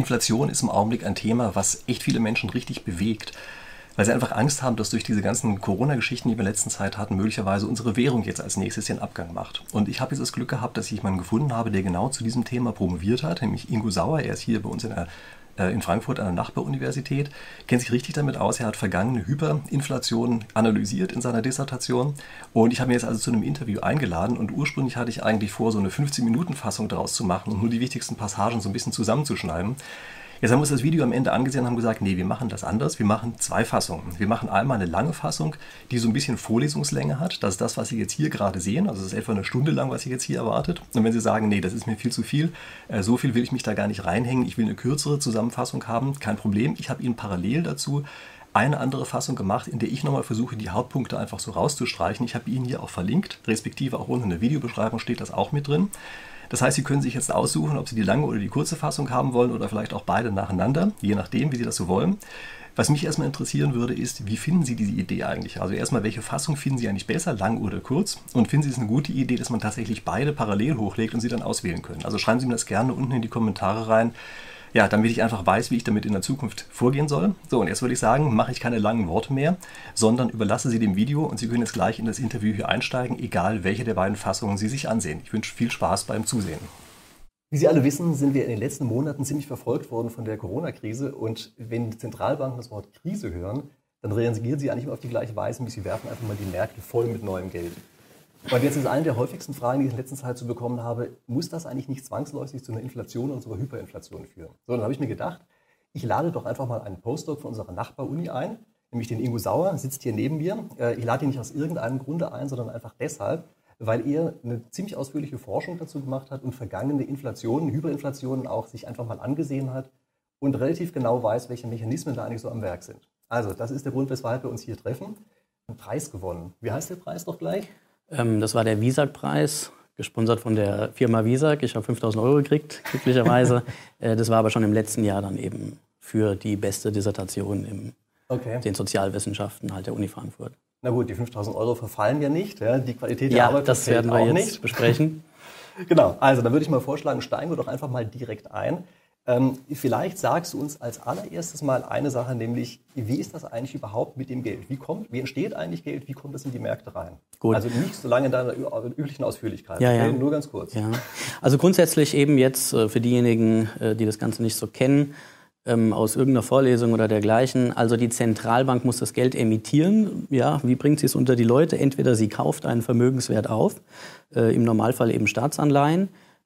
Inflation ist im Augenblick ein Thema, was echt viele Menschen richtig bewegt, weil sie einfach Angst haben, dass durch diese ganzen Corona-Geschichten, die wir in der letzten Zeit hatten, möglicherweise unsere Währung jetzt als nächstes den Abgang macht. Und ich habe jetzt das Glück gehabt, dass ich jemanden gefunden habe, der genau zu diesem Thema promoviert hat, nämlich Ingo Sauer. Er ist hier bei uns in Frankfurt an der Nachbaruniversität, kennt sich richtig damit aus. Er hat vergangene Hyperinflation analysiert in seiner Dissertation und ich habe mir jetzt also zu einem Interview eingeladen und ursprünglich hatte ich eigentlich vor, so eine 15-Minuten-Fassung daraus zu machen und nur die wichtigsten Passagen so ein bisschen zusammenzuschneiden. Jetzt haben wir uns das Video am Ende angesehen und haben gesagt, nee, wir machen das anders. Wir machen 2 Fassungen. Wir machen einmal eine lange Fassung, die so ein bisschen Vorlesungslänge hat. Das ist das, was Sie jetzt hier gerade sehen. Also es ist etwa eine Stunde lang, was Sie jetzt hier erwartet. Und wenn Sie sagen, nee, das ist mir viel zu viel, so viel will ich mich da gar nicht reinhängen, ich will eine kürzere Zusammenfassung haben, kein Problem. Ich habe Ihnen parallel dazu eine andere Fassung gemacht, in der ich nochmal versuche, die Hauptpunkte einfach so rauszustreichen. Ich habe Ihnen hier auch verlinkt, respektive auch unten in der Videobeschreibung steht das auch mit drin. Das heißt, Sie können sich jetzt aussuchen, ob Sie die lange oder die kurze Fassung haben wollen oder vielleicht auch beide nacheinander, je nachdem, wie Sie das so wollen. Was mich erstmal interessieren würde, ist, wie finden Sie diese Idee eigentlich? Also erstmal, welche Fassung finden Sie eigentlich besser, lang oder kurz? Und finden Sie es eine gute Idee, dass man tatsächlich beide parallel hochlegt und Sie dann auswählen können? Also schreiben Sie mir das gerne unten in die Kommentare rein. Ja, damit ich einfach weiß, wie ich damit in der Zukunft vorgehen soll. So, und jetzt würde ich sagen, mache ich keine langen Worte mehr, sondern überlasse Sie dem Video und Sie können jetzt gleich in das Interview hier einsteigen, egal welche der beiden Fassungen Sie sich ansehen. Ich wünsche viel Spaß beim Zusehen. Wie Sie alle wissen, sind wir in den letzten Monaten ziemlich verfolgt worden von der Corona-Krise und wenn Zentralbanken das Wort Krise hören, dann reagieren sie eigentlich immer auf die gleiche Weise, nämlich sie werfen einfach mal die Märkte voll mit neuem Geld. Und jetzt ist eine der häufigsten Fragen, die ich in letzter Zeit zu bekommen habe, muss das eigentlich nicht zwangsläufig zu einer Inflation und sogar Hyperinflation führen? So, dann habe ich mir gedacht, ich lade doch einfach mal einen Postdoc von unserer Nachbaruni ein, nämlich den Ingo Sauer, sitzt hier neben mir. Ich lade ihn nicht aus irgendeinem Grunde ein, sondern einfach deshalb, weil er eine ziemlich ausführliche Forschung dazu gemacht hat und vergangene Inflationen, Hyperinflationen auch sich einfach mal angesehen hat und relativ genau weiß, welche Mechanismen da eigentlich so am Werk sind. Also, das ist der Grund, weshalb wir uns hier treffen. Einen Preis gewonnen. Wie heißt der Preis doch gleich? Das war der WISAG-Preis, gesponsert von der Firma WISAG. Ich habe 5.000 € gekriegt, glücklicherweise. Das war aber schon im letzten Jahr dann eben für die beste Dissertation in den Sozialwissenschaften halt der Uni Frankfurt. Na gut, die 5.000 € verfallen ja nicht. Ja, die Qualität der Arbeit das werden wir auch jetzt nicht besprechen. Genau, also dann würde ich mal vorschlagen, steigen wir doch einfach mal direkt ein. Vielleicht sagst du uns als allererstes mal eine Sache, nämlich, wie ist das eigentlich überhaupt mit dem Geld? Wie entsteht eigentlich Geld? Wie kommt es in die Märkte rein? Gut. Also nicht so lange in deiner üblichen Ausführlichkeit. Ja. Nur ganz kurz. Ja. Also grundsätzlich eben jetzt für diejenigen, die das Ganze nicht so kennen, aus irgendeiner Vorlesung oder dergleichen. Also die Zentralbank muss das Geld emittieren. Ja, wie bringt sie es unter die Leute? Entweder sie kauft einen Vermögenswert auf, im Normalfall eben Staatsanleihen,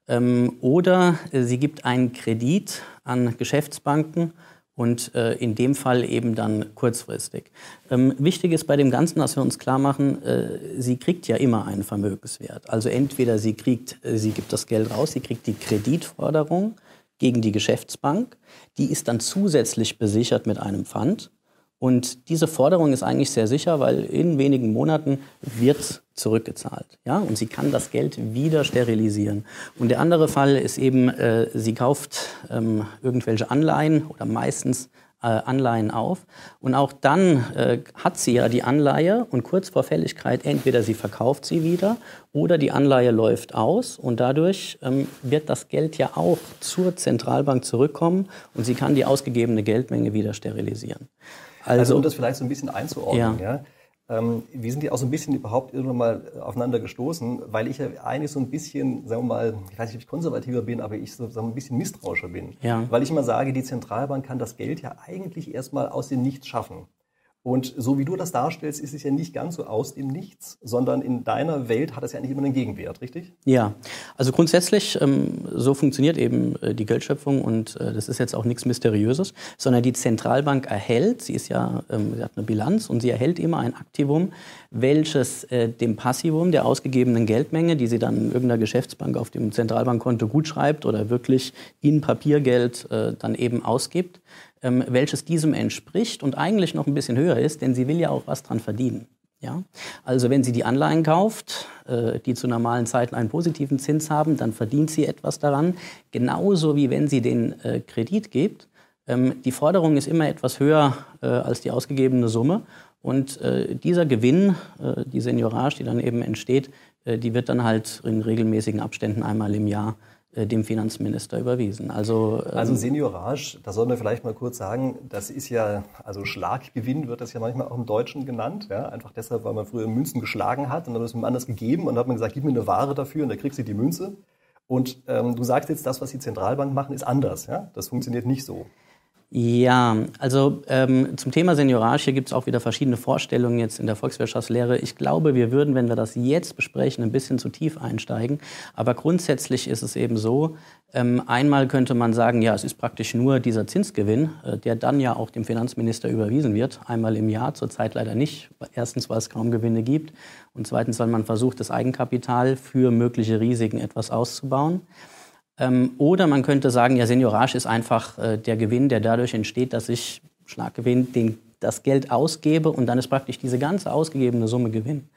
oder sie gibt einen Kredit an Geschäftsbanken und in dem Fall eben dann kurzfristig. Wichtig ist bei dem Ganzen, dass wir uns klar machen, sie kriegt ja immer einen Vermögenswert. Also entweder sie gibt das Geld raus, sie kriegt die Kreditforderung gegen die Geschäftsbank, die ist dann zusätzlich besichert mit einem Pfand. Und diese Forderung ist eigentlich sehr sicher, weil in wenigen Monaten wird zurückgezahlt. Ja? Und sie kann das Geld wieder sterilisieren. Und der andere Fall ist eben, sie kauft irgendwelche Anleihen oder meistens Anleihen auf. Und auch dann hat sie ja die Anleihe und kurz vor Fälligkeit entweder sie verkauft sie wieder oder die Anleihe läuft aus und dadurch wird das Geld ja auch zur Zentralbank zurückkommen und sie kann die ausgegebene Geldmenge wieder sterilisieren. Also um das vielleicht so ein bisschen einzuordnen, ja. Wie sind die auch so ein bisschen überhaupt irgendwann mal aufeinander gestoßen? Weil ich ja eigentlich so ein bisschen, sagen wir mal, ich weiß nicht, ob ich konservativer bin, aber ich so ein bisschen misstrauischer bin. Ja. Weil ich immer sage, die Zentralbank kann das Geld ja eigentlich erstmal aus dem Nichts schaffen. Und so wie du das darstellst, ist es ja nicht ganz so aus dem Nichts, sondern in deiner Welt hat es ja nicht immer einen Gegenwert, richtig? Ja, also grundsätzlich, so funktioniert eben die Geldschöpfung und das ist jetzt auch nichts Mysteriöses, sondern die Zentralbank erhält, sie hat eine Bilanz und sie erhält immer ein Aktivum, welches dem Passivum der ausgegebenen Geldmenge, die sie dann in irgendeiner Geschäftsbank auf dem Zentralbankkonto gutschreibt oder wirklich in Papiergeld dann eben ausgibt, welches diesem entspricht und eigentlich noch ein bisschen höher ist, denn sie will ja auch was dran verdienen. Ja? Also wenn sie die Anleihen kauft, die zu normalen Zeiten einen positiven Zins haben, dann verdient sie etwas daran, genauso wie wenn sie den Kredit gibt. Die Forderung ist immer etwas höher als die ausgegebene Summe und dieser Gewinn, die Seigniorage, die dann eben entsteht, die wird dann halt in regelmäßigen Abständen einmal im Jahr dem Finanzminister überwiesen. Also Seigniorage, da sollen wir vielleicht mal kurz sagen, das ist ja, also Schlaggewinn wird das ja manchmal auch im Deutschen genannt, ja, einfach deshalb, weil man früher Münzen geschlagen hat und dann hat es jemand anders gegeben und dann hat man gesagt, gib mir eine Ware dafür und da kriegst du die Münze. Und du sagst jetzt, das, was die Zentralbank machen, ist anders, ja? Das funktioniert nicht so. Ja, also zum Thema Seigniorage, hier gibt es auch wieder verschiedene Vorstellungen jetzt in der Volkswirtschaftslehre. Ich glaube, wir würden, wenn wir das jetzt besprechen, ein bisschen zu tief einsteigen. Aber grundsätzlich ist es eben so, einmal könnte man sagen, ja, es ist praktisch nur dieser Zinsgewinn, der dann ja auch dem Finanzminister überwiesen wird, einmal im Jahr, zurzeit leider nicht. Erstens, weil es kaum Gewinne gibt und zweitens, weil man versucht, das Eigenkapital für mögliche Risiken etwas auszubauen. Oder man könnte sagen, ja, Seigniorage ist einfach der Gewinn, der dadurch entsteht, dass ich Schlaggewinn das Geld ausgebe und dann ist praktisch diese ganze ausgegebene Summe Gewinn.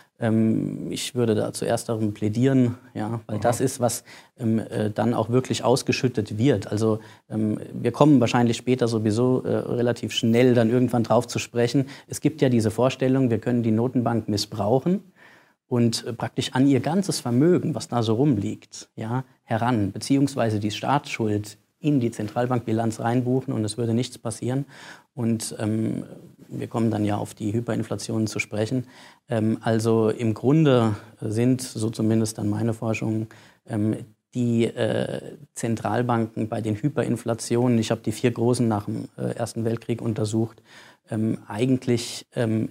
Ich würde da zuerst darum plädieren, ja, weil das ist, was dann auch wirklich ausgeschüttet wird. Also wir kommen wahrscheinlich später sowieso relativ schnell dann irgendwann drauf zu sprechen. Es gibt ja diese Vorstellung, wir können die Notenbank missbrauchen und praktisch an ihr ganzes Vermögen, was da so rumliegt, ja, heran, beziehungsweise die Staatsschuld in die Zentralbankbilanz reinbuchen und es würde nichts passieren. Und wir kommen dann ja auf die Hyperinflation zu sprechen. Also im Grunde sind, so zumindest dann meine Forschung, die Zentralbanken bei den Hyperinflationen, ich habe die 4 großen nach dem Ersten Weltkrieg untersucht, eigentlich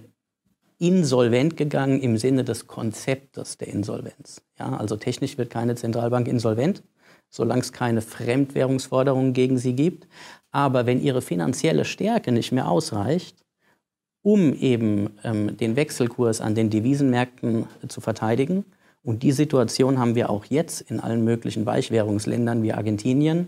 insolvent gegangen im Sinne des Konzeptes der Insolvenz. Ja, also technisch wird keine Zentralbank insolvent, solange es keine Fremdwährungsforderungen gegen sie gibt. Aber wenn ihre finanzielle Stärke nicht mehr ausreicht, um eben den Wechselkurs an den Devisenmärkten zu verteidigen, und die Situation haben wir auch jetzt in allen möglichen Weichwährungsländern wie Argentinien,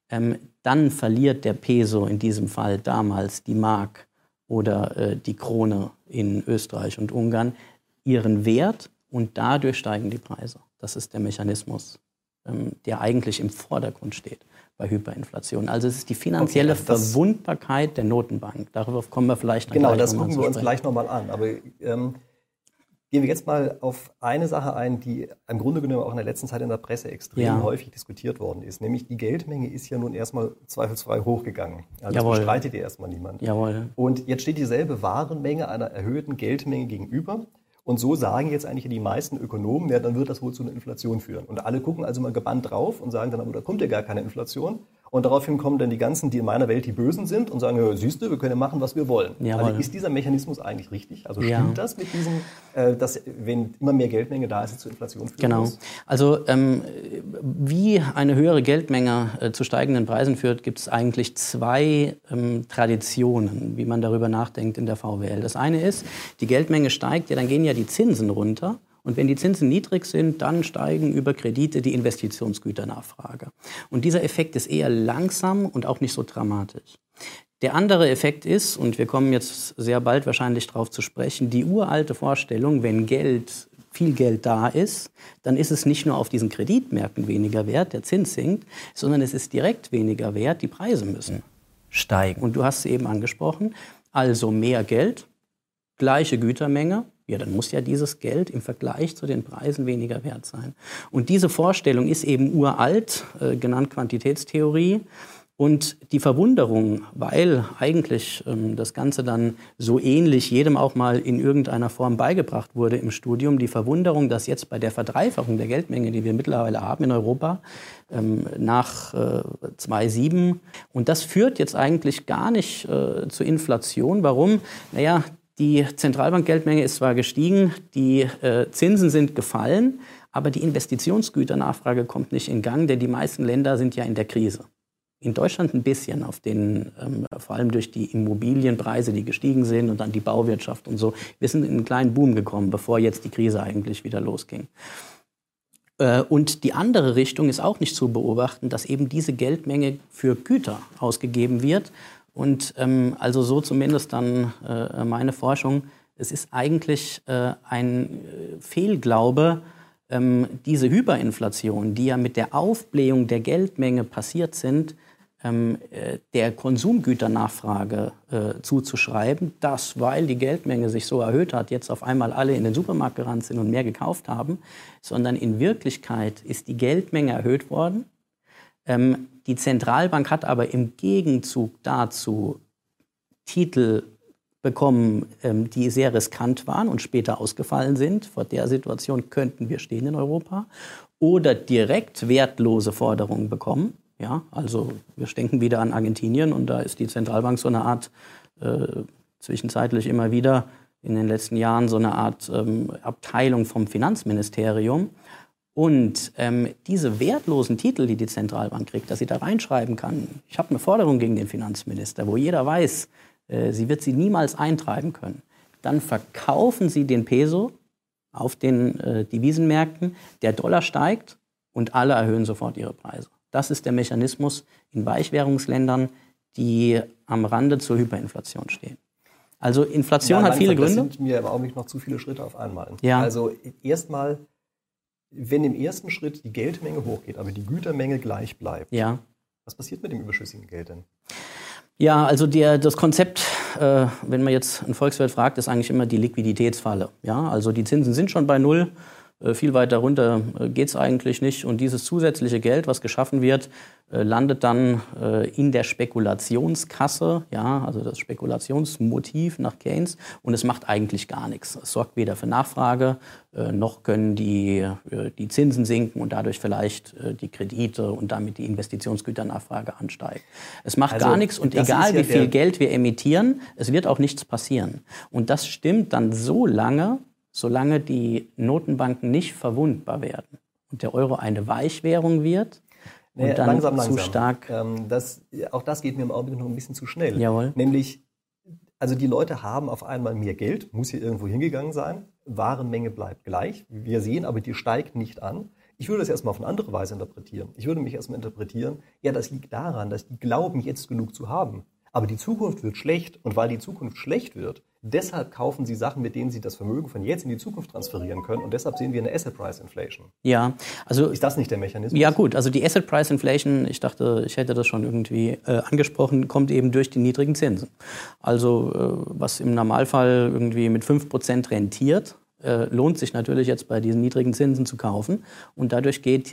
dann verliert der Peso, in diesem Fall damals die Mark oder die Krone in Österreich und Ungarn, ihren Wert und dadurch steigen die Preise. Das ist der Mechanismus, der eigentlich im Vordergrund steht bei Hyperinflation. Also es ist die finanzielle Verwundbarkeit der Notenbank. Darauf kommen wir vielleicht noch gleich nochmal zu sprechen. Genau, das gucken wir uns gleich nochmal an. Aber gehen wir jetzt mal auf eine Sache ein, die im Grunde genommen auch in der letzten Zeit in der Presse extrem häufig diskutiert worden ist. Nämlich die Geldmenge ist ja nun erstmal zweifelsfrei hochgegangen. Also das bestreitet ja erstmal niemand. Jawohl. Und jetzt steht dieselbe Warenmenge einer erhöhten Geldmenge gegenüber. Und so sagen jetzt eigentlich die meisten Ökonomen, ja, dann wird das wohl zu einer Inflation führen. Und alle gucken also mal gebannt drauf und sagen dann, aber da kommt ja gar keine Inflation. Und daraufhin kommen dann die ganzen, die in meiner Welt die Bösen sind und sagen, ja, siehst du, wir können ja machen, was wir wollen. Jawohl. Also ist dieser Mechanismus eigentlich richtig? Also stimmt das mit diesem, dass wenn immer mehr Geldmenge da ist, es zu Inflation führt? Genau. Also wie eine höhere Geldmenge zu steigenden Preisen führt, gibt es eigentlich 2 Traditionen, wie man darüber nachdenkt in der VWL. Das eine ist, die Geldmenge steigt, ja, dann gehen ja die Zinsen runter. Und wenn die Zinsen niedrig sind, dann steigen über Kredite die Investitionsgüternachfrage. Und dieser Effekt ist eher langsam und auch nicht so dramatisch. Der andere Effekt ist, und wir kommen jetzt sehr bald wahrscheinlich darauf zu sprechen, die uralte Vorstellung, wenn viel Geld da ist, dann ist es nicht nur auf diesen Kreditmärkten weniger wert, der Zins sinkt, sondern es ist direkt weniger wert, die Preise müssen steigen. Und du hast es eben angesprochen, also mehr Geld, gleiche Gütermenge, ja, dann muss ja dieses Geld im Vergleich zu den Preisen weniger wert sein. Und diese Vorstellung ist eben uralt, genannt Quantitätstheorie. Und die Verwunderung, weil eigentlich das Ganze dann so ähnlich jedem auch mal in irgendeiner Form beigebracht wurde im Studium, die Verwunderung, dass jetzt bei der Verdreifachung der Geldmenge, die wir mittlerweile haben in Europa, nach 2007, und das führt jetzt eigentlich gar nicht zur Inflation. Warum? Naja, die Zentralbankgeldmenge ist zwar gestiegen, die Zinsen sind gefallen, aber die Investitionsgüternachfrage kommt nicht in Gang, denn die meisten Länder sind ja in der Krise. In Deutschland ein bisschen, vor allem durch die Immobilienpreise, die gestiegen sind und dann die Bauwirtschaft und so. Wir sind in einen kleinen Boom gekommen, bevor jetzt die Krise eigentlich wieder losging. Und die andere Richtung ist auch nicht zu beobachten, dass eben diese Geldmenge für Güter ausgegeben wird. Und also so zumindest dann meine Forschung, es ist eigentlich ein Fehlglaube, diese Hyperinflation, die ja mit der Aufblähung der Geldmenge passiert sind, der Konsumgüternachfrage zuzuschreiben, dass, weil die Geldmenge sich so erhöht hat, jetzt auf einmal alle in den Supermarkt gerannt sind und mehr gekauft haben, sondern in Wirklichkeit ist die Geldmenge erhöht worden. Die Zentralbank hat aber im Gegenzug dazu Titel bekommen, die sehr riskant waren und später ausgefallen sind. Vor der Situation könnten wir stehen in Europa. Oder direkt wertlose Forderungen bekommen. Ja, also wir denken wieder an Argentinien und da ist die Zentralbank so eine Art, zwischenzeitlich immer wieder in den letzten Jahren so eine Art Abteilung vom Finanzministerium. Und diese wertlosen Titel, die die Zentralbank kriegt, dass sie da reinschreiben kann, ich habe eine Forderung gegen den Finanzminister, wo jeder weiß, sie wird sie niemals eintreiben können, dann verkaufen sie den Peso auf den Devisenmärkten, der Dollar steigt und alle erhöhen sofort ihre Preise. Das ist der Mechanismus in Weichwährungsländern, die am Rande zur Hyperinflation stehen. Also Inflation hat viele Gründe. Das sind mir im Augenblick noch zu viele Schritte auf einmal. Ja. Also erstmal, wenn im ersten Schritt die Geldmenge hochgeht, aber die Gütermenge gleich bleibt, ja. Was passiert mit dem überschüssigen Geld denn? Ja, also das Konzept, wenn man jetzt einen Volkswirt fragt, ist eigentlich immer die Liquiditätsfalle. Ja, also die Zinsen sind schon bei Null. Viel weiter runter geht es eigentlich nicht. Und dieses zusätzliche Geld, was geschaffen wird, landet dann in der Spekulationskasse, ja, also das Spekulationsmotiv nach Keynes. Und es macht eigentlich gar nichts. Es sorgt weder für Nachfrage, noch können die Zinsen sinken und dadurch vielleicht die Kredite und damit die Investitionsgüternachfrage ansteigen. Es macht gar nichts und egal wie viel Geld wir emittieren, es wird auch nichts passieren. Und das stimmt dann so lange, solange die Notenbanken nicht verwundbar werden und der Euro eine Weichwährung wird und dann langsam. zu stark... Auch das geht mir im Augenblick noch ein bisschen zu schnell. Jawohl. Nämlich, also die Leute haben auf einmal mehr Geld, muss hier irgendwo hingegangen sein, Warenmenge bleibt gleich, wir sehen aber, die steigt nicht an. Ich würde das erstmal auf eine andere Weise interpretieren. Ich würde mich erstmal interpretieren, ja, das liegt daran, dass die glauben, jetzt genug zu haben. Aber die Zukunft wird schlecht und weil die Zukunft schlecht wird, deshalb kaufen sie Sachen, mit denen sie das Vermögen von jetzt in die Zukunft transferieren können und deshalb sehen wir eine Asset Price Inflation. Ja, also ist das nicht der Mechanismus? Ja gut, also die Asset Price Inflation, ich dachte, ich hätte das schon irgendwie angesprochen, kommt eben durch die niedrigen Zinsen. Also was im Normalfall irgendwie mit 5% rentiert, lohnt sich natürlich jetzt bei diesen niedrigen Zinsen zu kaufen und dadurch geht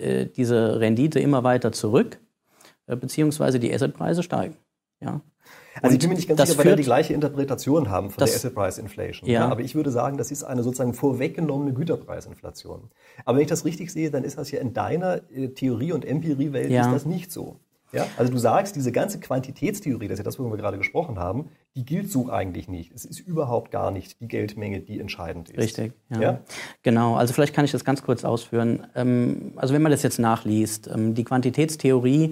diese Rendite immer weiter zurück, beziehungsweise die Assetpreise steigen. Ja. Also ich bin mir nicht ganz sicher, weil wir die gleiche Interpretation haben von der Asset Price Inflation. Ja. Ja, aber ich würde sagen, das ist eine sozusagen vorweggenommene Güterpreisinflation. Aber wenn ich das richtig sehe, dann ist das ja in deiner Theorie- und Empiriewelt ist das nicht so. Ja? Also du sagst, diese ganze Quantitätstheorie, das ist ja das, worüber wir gerade gesprochen haben, die gilt so eigentlich nicht. Es ist überhaupt gar nicht die Geldmenge, die entscheidend ist. Richtig, ja. Genau, also vielleicht kann ich das ganz kurz ausführen. Also wenn man das jetzt nachliest, die Quantitätstheorie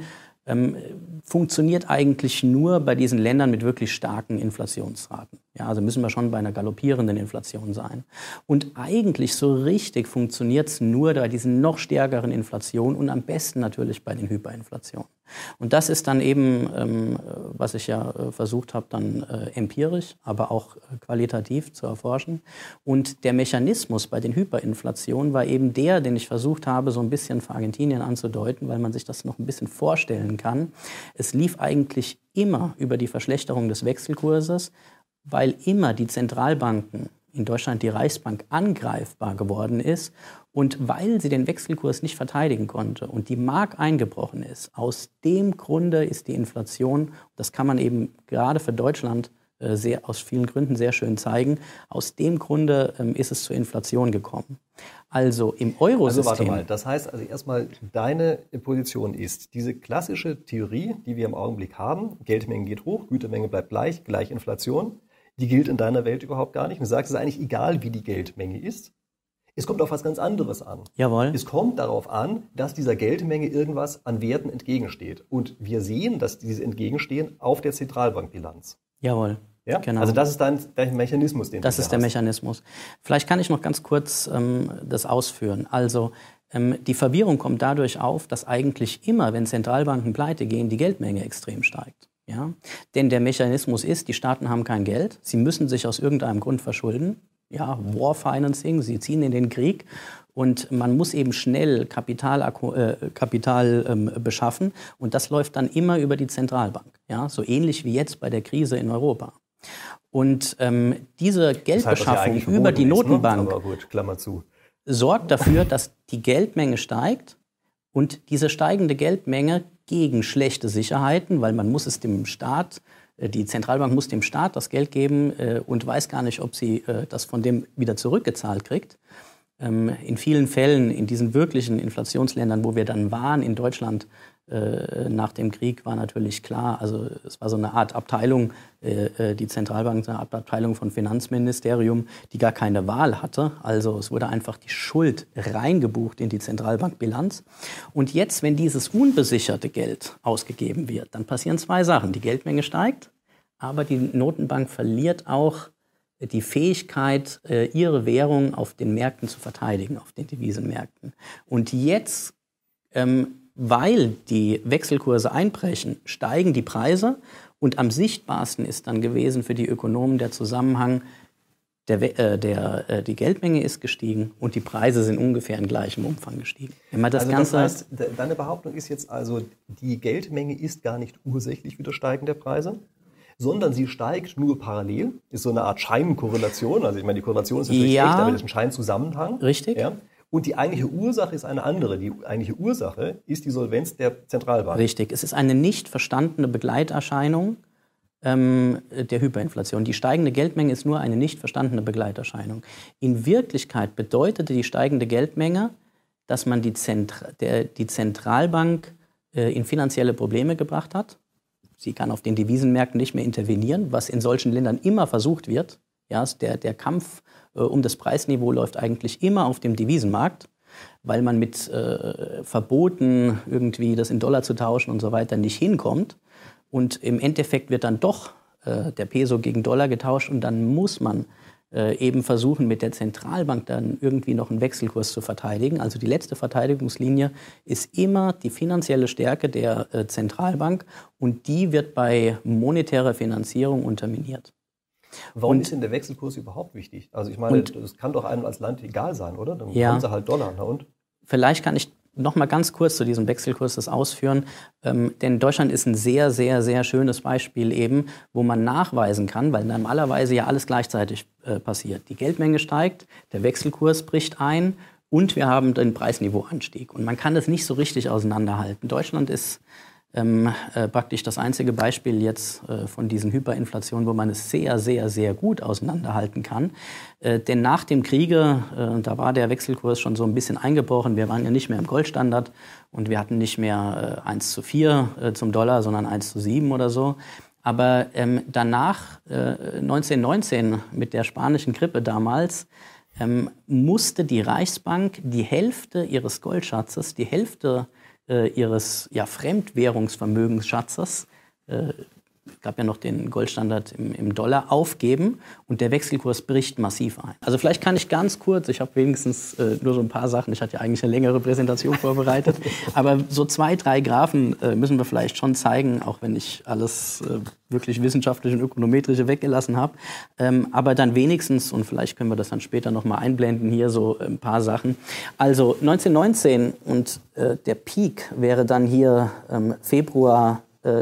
funktioniert eigentlich nur bei diesen Ländern mit wirklich starken Inflationsraten. Ja, also müssen wir schon bei einer galoppierenden Inflation sein. Und eigentlich so richtig funktioniert es nur bei diesen noch stärkeren Inflationen und am besten natürlich bei den Hyperinflationen. Und das ist dann eben, was ich ja versucht habe, dann empirisch, aber auch qualitativ zu erforschen. Und der Mechanismus bei den Hyperinflationen war eben der, den ich versucht habe, so ein bisschen für Argentinien anzudeuten, weil man sich das noch ein bisschen vorstellen kann. Es lief eigentlich immer über die Verschlechterung des Wechselkurses, weil immer die Zentralbanken, in Deutschland die Reichsbank, angreifbar geworden ist und weil sie den Wechselkurs nicht verteidigen konnte und die Mark eingebrochen ist. Aus dem Grunde ist die Inflation, das kann man eben gerade für Deutschland aus vielen Gründen sehr schön zeigen, aus dem Grunde ist es zur Inflation gekommen. Also im Eurosystem... Also warte mal, das heißt also erstmal, deine Position ist, diese klassische Theorie, die wir im Augenblick haben, Geldmenge geht hoch, Gütermenge bleibt gleich, gleich Inflation, die gilt in deiner Welt überhaupt gar nicht. Du sagst, es ist eigentlich egal, wie die Geldmenge ist. Es kommt auf was ganz anderes an. Jawohl. Es kommt darauf an, dass dieser Geldmenge irgendwas an Werten entgegensteht. Und wir sehen, dass diese entgegenstehen auf der Zentralbankbilanz. Jawohl. Ja? Genau. Also das ist dein Mechanismus, den du Das ist der Mechanismus. Vielleicht kann ich noch ganz kurz das ausführen. Also die Verwirrung kommt dadurch auf, dass eigentlich immer, wenn Zentralbanken pleite gehen, die Geldmenge extrem steigt. Ja? Denn der Mechanismus ist, die Staaten haben kein Geld, sie müssen sich aus irgendeinem Grund verschulden. War Financing, sie ziehen in den Krieg. Und man muss eben schnell Kapital beschaffen. Und das läuft dann immer über die Zentralbank. Ja? So ähnlich wie jetzt bei der Krise in Europa. Und diese Geldbeschaffung über die Notenbank aber gut, Klammer zu. Sorgt dafür, dass die Geldmenge steigt. Und diese steigende Geldmenge gegen schlechte Sicherheiten, weil man muss es dem Staat, die Zentralbank muss dem Staat das Geld geben und weiß gar nicht, ob sie das von dem wieder zurückgezahlt kriegt. In vielen Fällen, in diesen wirklichen Inflationsländern, wo wir dann waren, in Deutschland nach dem Krieg, war natürlich klar, also es war so eine Art Abteilung, die Zentralbank, eine Art Abteilung von Finanzministerium, die gar keine Wahl hatte. Also es wurde einfach die Schuld reingebucht in die Zentralbankbilanz. Und jetzt, wenn dieses unbesicherte Geld ausgegeben wird, dann passieren zwei Sachen. Die Geldmenge steigt, aber die Notenbank verliert auch die Fähigkeit, ihre Währung auf den Märkten zu verteidigen, auf den Devisenmärkten. Und jetzt, weil die Wechselkurse einbrechen, steigen die Preise. Und am sichtbarsten ist dann gewesen für die Ökonomen der Zusammenhang, die Geldmenge ist gestiegen und die Preise sind ungefähr in gleichem Umfang gestiegen. Das heißt, deine Behauptung ist jetzt also, die Geldmenge ist gar nicht ursächlich für das Steigen der Preise, sondern sie steigt nur parallel, ist so eine Art Scheinkorrelation. Also ich meine, die Korrelation ist natürlich echt, aber das ist ein Scheinzusammenhang. Richtig. Ja. Und die eigentliche Ursache ist eine andere. Die eigentliche Ursache ist die Solvenz der Zentralbank. Richtig. Es ist eine nicht verstandene Begleiterscheinung der Hyperinflation. Die steigende Geldmenge ist nur eine nicht verstandene Begleiterscheinung. In Wirklichkeit bedeutete die steigende Geldmenge, dass man die Zentralbank in finanzielle Probleme gebracht hat. Sie kann auf den Devisenmärkten nicht mehr intervenieren, was in solchen Ländern immer versucht wird. Ja, der Kampf um das Preisniveau läuft eigentlich immer auf dem Devisenmarkt, weil man mit Verboten, irgendwie das in Dollar zu tauschen und so weiter, nicht hinkommt. Und im Endeffekt wird dann doch der Peso gegen Dollar getauscht und dann muss man eben versuchen, mit der Zentralbank dann irgendwie noch einen Wechselkurs zu verteidigen. Also die letzte Verteidigungslinie ist immer die finanzielle Stärke der Zentralbank und die wird bei monetärer Finanzierung unterminiert. Warum ist denn der Wechselkurs überhaupt wichtig? Also ich meine, das kann doch einem als Land egal sein, oder? Dann haben sie halt Dollar. Na und? Vielleicht kann ich noch mal ganz kurz zu diesem Wechselkurs das ausführen. Denn Deutschland ist ein sehr, sehr, sehr schönes Beispiel eben, wo man nachweisen kann, weil normalerweise ja alles gleichzeitig passiert. Die Geldmenge steigt, der Wechselkurs bricht ein und wir haben den Preisniveauanstieg. Und man kann das nicht so richtig auseinanderhalten. Deutschland ist praktisch das einzige Beispiel jetzt von diesen Hyperinflationen, wo man es sehr, sehr, sehr gut auseinanderhalten kann. Denn nach dem Kriege, da war der Wechselkurs schon so ein bisschen eingebrochen. Wir waren ja nicht mehr im Goldstandard und wir hatten nicht mehr 1:4 zum Dollar, sondern 1:7 oder so. Aber danach, 1919, mit der spanischen Grippe damals, musste die Reichsbank die Hälfte ihres Goldschatzes, die Hälfte ihres Fremdwährungsvermögensschatzes, es gab ja noch den Goldstandard im Dollar, aufgeben und der Wechselkurs bricht massiv ein. Also vielleicht kann ich ganz kurz, ich habe wenigstens nur so ein paar Sachen, ich hatte ja eigentlich eine längere Präsentation vorbereitet, aber so 2, 3 Graphen müssen wir vielleicht schon zeigen, auch wenn ich alles wirklich wissenschaftliche und ökonometrische weggelassen habe, aber dann wenigstens, und vielleicht können wir das dann später nochmal einblenden, hier so ein paar Sachen. Also 1919 und der Peak wäre dann hier Februar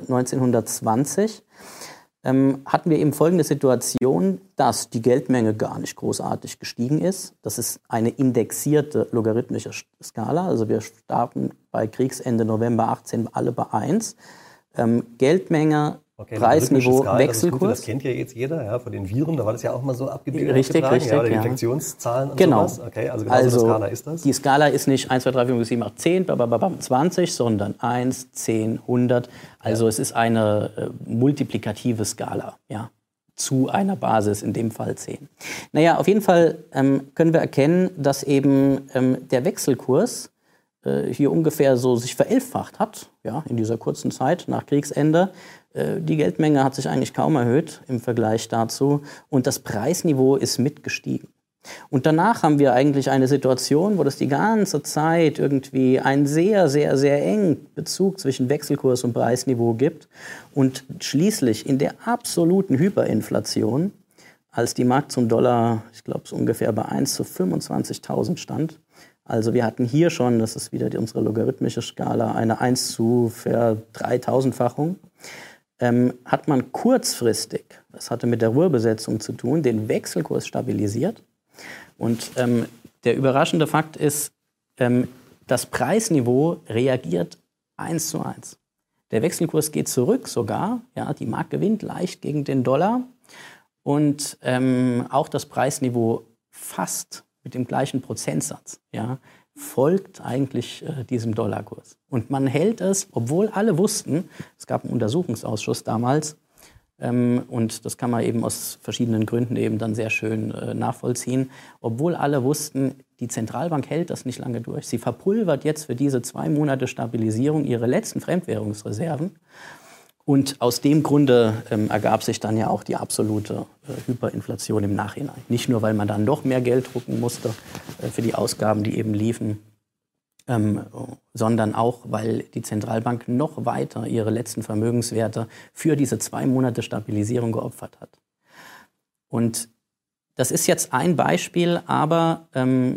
1920, hatten wir eben folgende Situation, dass die Geldmenge gar nicht großartig gestiegen ist. Das ist eine indexierte logarithmische Skala. Also wir starten bei Kriegsende November 18 alle bei 1. Geldmenge, Preisniveau, Wechselkurs. Das kennt ja jetzt jeder, ja, von den Viren, da war das ja auch mal so abgebildet. Richtig, ja, oder die Infektionszahlen und sowas. Okay, also genau so eine Skala ist das. Die Skala ist nicht 1, 2, 3, 4, 5, 6, 7, 8, 10, 20, sondern 1, 10, 100. Also es ist eine multiplikative Skala, ja, zu einer Basis, in dem Fall 10. Naja, auf jeden Fall können wir erkennen, dass eben der Wechselkurs hier ungefähr so sich verelfacht hat, ja, in dieser kurzen Zeit nach Kriegsende. Die Geldmenge hat sich eigentlich kaum erhöht im Vergleich dazu und das Preisniveau ist mitgestiegen. Und danach haben wir eigentlich eine Situation, wo das die ganze Zeit irgendwie einen sehr, sehr, sehr engen Bezug zwischen Wechselkurs und Preisniveau gibt und schließlich in der absoluten Hyperinflation, als die Mark zum Dollar, ich glaube, so ungefähr bei 1 zu 25.000 stand. Also wir hatten hier schon, das ist wieder unsere logarithmische Skala, eine 1 zu 3000-fachung. Hat man kurzfristig, das hatte mit der Ruhrbesetzung zu tun, den Wechselkurs stabilisiert. Und der überraschende Fakt ist, das Preisniveau reagiert 1 zu 1. Der Wechselkurs geht zurück sogar, ja, die Mark gewinnt leicht gegen den Dollar und auch das Preisniveau fast mit dem gleichen Prozentsatz, ja, folgt eigentlich diesem Dollarkurs. Und man hält es, obwohl alle wussten, es gab einen Untersuchungsausschuss damals, und das kann man eben aus verschiedenen Gründen eben dann sehr schön nachvollziehen, obwohl alle wussten, die Zentralbank hält das nicht lange durch. Sie verpulvert jetzt für diese 2 Monate Stabilisierung ihre letzten Fremdwährungsreserven. Und aus dem Grunde ergab sich dann ja auch die absolute Hyperinflation im Nachhinein. Nicht nur, weil man dann noch mehr Geld drucken musste für die Ausgaben, die eben liefen, sondern auch, weil die Zentralbank noch weiter ihre letzten Vermögenswerte für diese 2 Monate Stabilisierung geopfert hat. Und das ist jetzt ein Beispiel, aber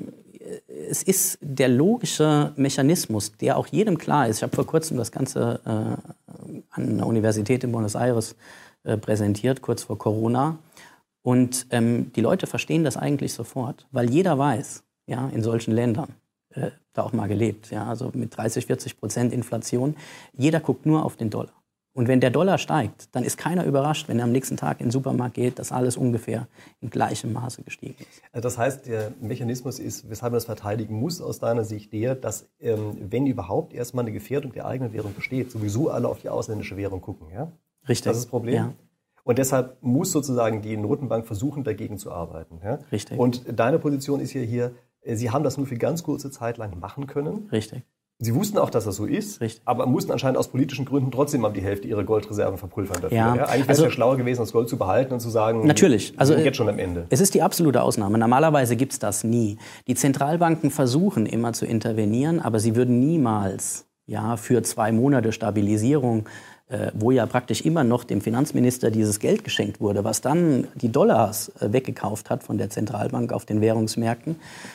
es ist der logische Mechanismus, der auch jedem klar ist. Ich habe vor kurzem das Ganze an der Universität in Buenos Aires präsentiert, kurz vor Corona. Und die Leute verstehen das eigentlich sofort, weil jeder weiß, ja, in solchen Ländern, da auch mal gelebt, ja, also mit 30-40% Inflation, jeder guckt nur auf den Dollar. Und wenn der Dollar steigt, dann ist keiner überrascht, wenn er am nächsten Tag in den Supermarkt geht, dass alles ungefähr in gleichem Maße gestiegen ist. Also das heißt, der Mechanismus ist, weshalb man das verteidigen muss, aus deiner Sicht der, dass, wenn überhaupt erstmal eine Gefährdung der eigenen Währung besteht, sowieso alle auf die ausländische Währung gucken. Ja? Richtig. Das ist das Problem. Ja. Und deshalb muss sozusagen die Notenbank versuchen, dagegen zu arbeiten. Ja? Richtig. Und deine Position ist ja hier, Sie haben das nur für ganz kurze Zeit lang machen können. Richtig. Sie wussten auch, dass das so ist, richtig, aber mussten anscheinend aus politischen Gründen trotzdem mal die Hälfte ihrer Goldreserven verpulvern dafür. Ja. Ja? Eigentlich wäre es ja schlauer gewesen, das Gold zu behalten und zu sagen, natürlich, also wir sind jetzt schon am Ende. Es ist die absolute Ausnahme. Normalerweise gibt es das nie. Die Zentralbanken versuchen immer zu intervenieren, aber sie würden niemals für 2 Monate Stabilisierung, wo ja praktisch immer noch dem Finanzminister dieses Geld geschenkt wurde, was dann die Dollars weggekauft hat von der Zentralbank auf den Währungsmärkten.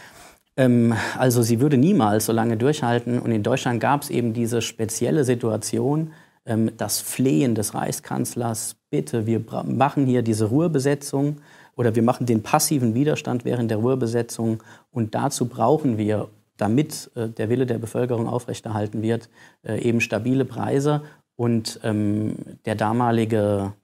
Also sie würde niemals so lange durchhalten. Und in Deutschland gab es eben diese spezielle Situation, das Flehen des Reichskanzlers, bitte, wir machen hier diese Ruhrbesetzung oder wir machen den passiven Widerstand während der Ruhrbesetzung. Und dazu brauchen wir, damit der Wille der Bevölkerung aufrechterhalten wird, eben stabile Preise. Und der damalige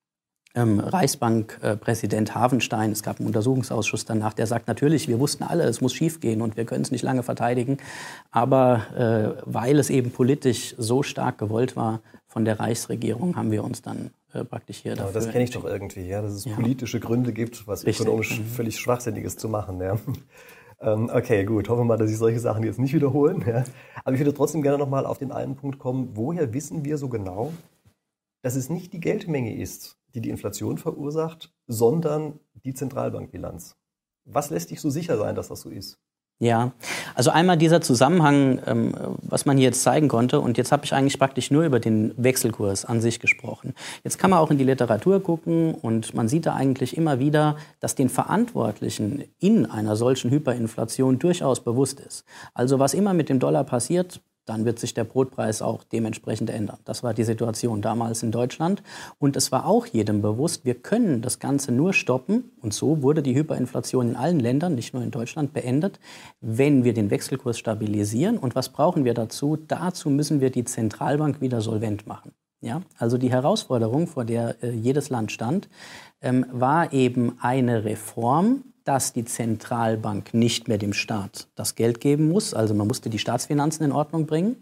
Reichsbankpräsident Havenstein, es gab einen Untersuchungsausschuss danach, der sagt, natürlich, wir wussten alle, es muss schiefgehen und wir können es nicht lange verteidigen. Aber weil es eben politisch so stark gewollt war von der Reichsregierung, haben wir uns dann praktisch hier dafür. Aber das kenne ich doch irgendwie, ja, dass es politische Gründe gibt, was ökonomisch völlig Schwachsinniges zu machen. Ja. Okay, gut, hoffen wir mal, dass sich solche Sachen jetzt nicht wiederholen. Ja. Aber ich würde trotzdem gerne noch mal auf den einen Punkt kommen, woher wissen wir so genau, dass es nicht die Geldmenge ist, die die Inflation verursacht, sondern die Zentralbankbilanz. Was lässt dich so sicher sein, dass das so ist? Ja, also einmal dieser Zusammenhang, was man hier jetzt zeigen konnte. Und jetzt habe ich eigentlich praktisch nur über den Wechselkurs an sich gesprochen. Jetzt kann man auch in die Literatur gucken und man sieht da eigentlich immer wieder, dass den Verantwortlichen in einer solchen Hyperinflation durchaus bewusst ist. Also was immer mit dem Dollar passiert, dann wird sich der Brotpreis auch dementsprechend ändern. Das war die Situation damals in Deutschland. Und es war auch jedem bewusst, wir können das Ganze nur stoppen. Und so wurde die Hyperinflation in allen Ländern, nicht nur in Deutschland, beendet, wenn wir den Wechselkurs stabilisieren. Und was brauchen wir dazu? Dazu müssen wir die Zentralbank wieder solvent machen. Ja? Also die Herausforderung, vor der jedes Land stand, war eben eine Reform, dass die Zentralbank nicht mehr dem Staat das Geld geben muss. Also man musste die Staatsfinanzen in Ordnung bringen.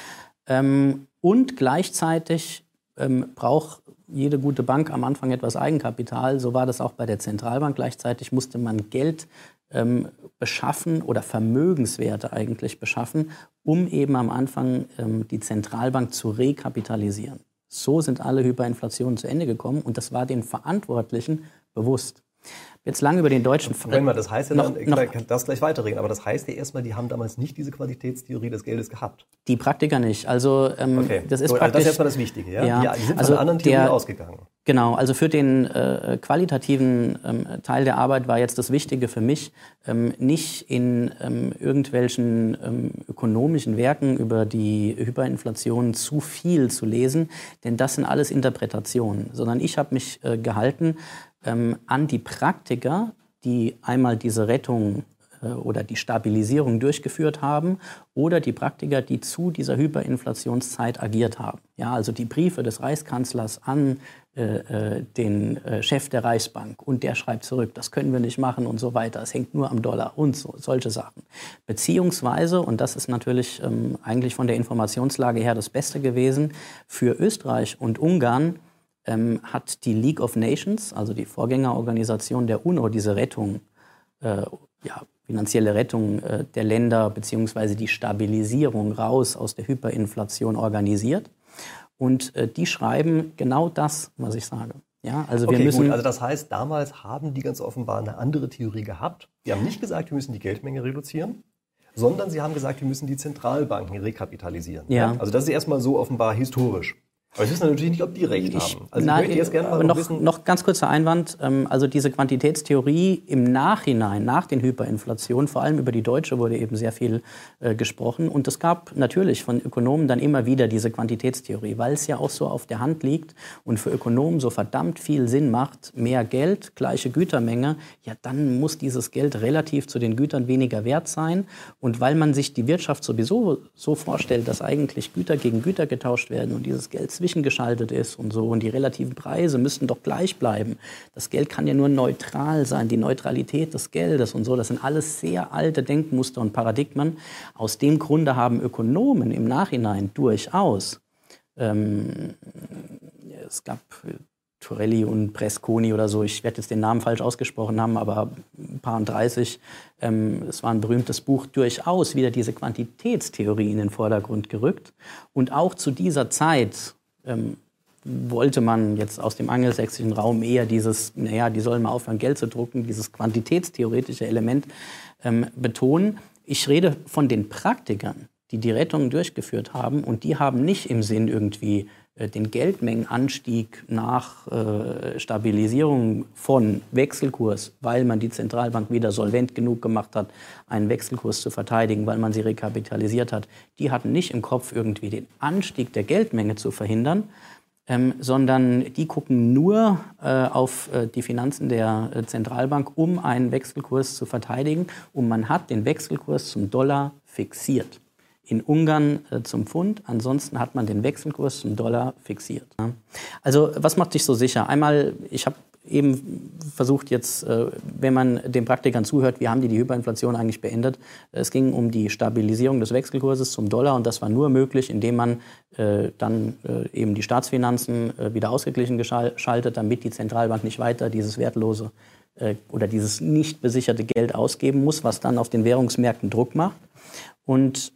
Und gleichzeitig braucht jede gute Bank am Anfang etwas Eigenkapital. So war das auch bei der Zentralbank. Gleichzeitig musste man Geld beschaffen oder Vermögenswerte eigentlich beschaffen, um eben am Anfang die Zentralbank zu rekapitalisieren. So sind alle Hyperinflationen zu Ende gekommen und das war den Verantwortlichen bewusst. Jetzt lange über den deutschen... Moment mal, das heißt ja dann, ich darf gleich weiterreden, aber das heißt ja erstmal, die haben damals nicht diese Quantitätstheorie des Geldes gehabt. Die Praktiker nicht. Also okay. Das ist so, praktisch... Das ist erstmal das Wichtige, ja? Ja, Die sind von einer anderen Theorie ausgegangen. Genau, also für den qualitativen Teil der Arbeit war jetzt das Wichtige für mich, nicht in irgendwelchen ökonomischen Werken über die Hyperinflation zu viel zu lesen, denn das sind alles Interpretationen, sondern ich habe mich gehalten an die Praktiker, die einmal diese Rettung oder die Stabilisierung durchgeführt haben oder die Praktiker, die zu dieser Hyperinflationszeit agiert haben. Ja, also die Briefe des Reichskanzlers an den Chef der Reichsbank und der schreibt zurück, das können wir nicht machen und so weiter, es hängt nur am Dollar und so, solche Sachen. Beziehungsweise, und das ist natürlich eigentlich von der Informationslage her das Beste gewesen, für Österreich und Ungarn hat die League of Nations, also die Vorgängerorganisation der UNO, diese Rettung, finanzielle Rettung der Länder beziehungsweise die Stabilisierung raus aus der Hyperinflation organisiert. Und die schreiben genau das, was ich sage. Ja, also wir müssen. Gut. Also das heißt, damals haben die ganz offenbar eine andere Theorie gehabt. Die haben nicht gesagt, wir müssen die Geldmenge reduzieren, sondern sie haben gesagt, wir müssen die Zentralbanken rekapitalisieren. Ja. Also das ist erstmal so offenbar historisch. Aber ich weiß natürlich nicht, ob die recht haben. Also ich möchte jetzt gerne mal wissen... Noch ganz kurzer Einwand. Also diese Quantitätstheorie im Nachhinein, nach den Hyperinflationen, vor allem über die deutsche wurde eben sehr viel gesprochen. Und es gab natürlich von Ökonomen dann immer wieder diese Quantitätstheorie, weil es ja auch so auf der Hand liegt und für Ökonomen so verdammt viel Sinn macht, mehr Geld, gleiche Gütermenge, ja dann muss dieses Geld relativ zu den Gütern weniger wert sein. Und weil man sich die Wirtschaft sowieso so vorstellt, dass eigentlich Güter gegen Güter getauscht werden und dieses Geld zwischengeschaltet ist und so und die relativen Preise müssten doch gleich bleiben. Das Geld kann ja nur neutral sein, die Neutralität des Geldes und so. Das sind alles sehr alte Denkmuster und Paradigmen. Aus dem Grunde haben Ökonomen im Nachhinein durchaus, es gab Torelli und Bresconi oder so, ich werde jetzt den Namen falsch ausgesprochen haben, aber Paar und 30, es war ein berühmtes Buch, durchaus wieder diese Quantitätstheorie in den Vordergrund gerückt. Und auch zu dieser Zeit wollte man jetzt aus dem angelsächsischen Raum eher dieses, die sollen mal aufhören, Geld zu drucken, dieses quantitätstheoretische Element betonen. Ich rede von den Praktikern, die die Rettung durchgeführt haben und die haben nicht im Sinn irgendwie den Geldmengenanstieg nach Stabilisierung von Wechselkurs, weil man die Zentralbank wieder solvent genug gemacht hat, einen Wechselkurs zu verteidigen, weil man sie rekapitalisiert hat. Die hatten nicht im Kopf, irgendwie den Anstieg der Geldmenge zu verhindern, sondern die gucken nur auf die Finanzen der Zentralbank, um einen Wechselkurs zu verteidigen. Und man hat den Wechselkurs zum Dollar fixiert. In Ungarn zum Pfund, ansonsten hat man den Wechselkurs zum Dollar fixiert. Also was macht dich so sicher? Einmal, ich habe eben versucht jetzt, wenn man den Praktikern zuhört, wie haben die Hyperinflation eigentlich beendet? Es ging um die Stabilisierung des Wechselkurses zum Dollar und das war nur möglich, indem man dann eben die Staatsfinanzen wieder ausgeglichen geschaltet, damit die Zentralbank nicht weiter dieses wertlose oder dieses nicht besicherte Geld ausgeben muss, was dann auf den Währungsmärkten Druck macht. Und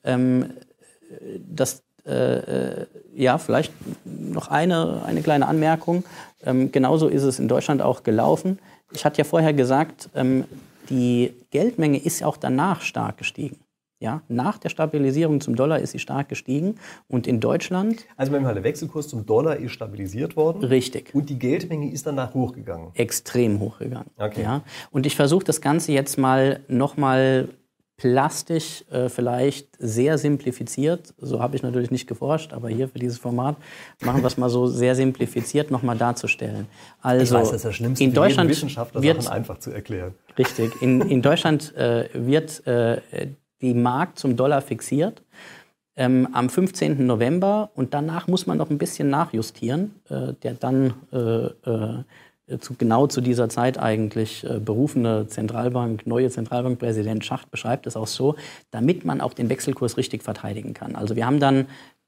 vielleicht noch eine kleine Anmerkung. Genauso ist es in Deutschland auch gelaufen. Ich hatte ja vorher gesagt, die Geldmenge ist ja auch danach stark gestiegen. Ja, nach der Stabilisierung zum Dollar ist sie stark gestiegen. Und in Deutschland... Also der Wechselkurs zum Dollar ist stabilisiert worden. Richtig. Und die Geldmenge ist danach hochgegangen. Extrem hochgegangen. Okay. Ja. Und ich versuche das Ganze jetzt nochmal plastisch, vielleicht sehr simplifiziert, so habe ich natürlich nicht geforscht, aber hier für dieses Format machen wir es mal so sehr simplifiziert nochmal darzustellen. Also, ich weiß, das ist das Schlimmste in Deutschland für jeden Wissenschaftler, Sachen einfach zu erklären. Richtig, in Deutschland wird die Mark zum Dollar fixiert am 15. November und danach muss man noch ein bisschen nachjustieren, der dann genau zu dieser Zeit eigentlich berufene neue Zentralbankpräsident Schacht beschreibt es auch so, damit man auch den Wechselkurs richtig verteidigen kann. Also wir haben dann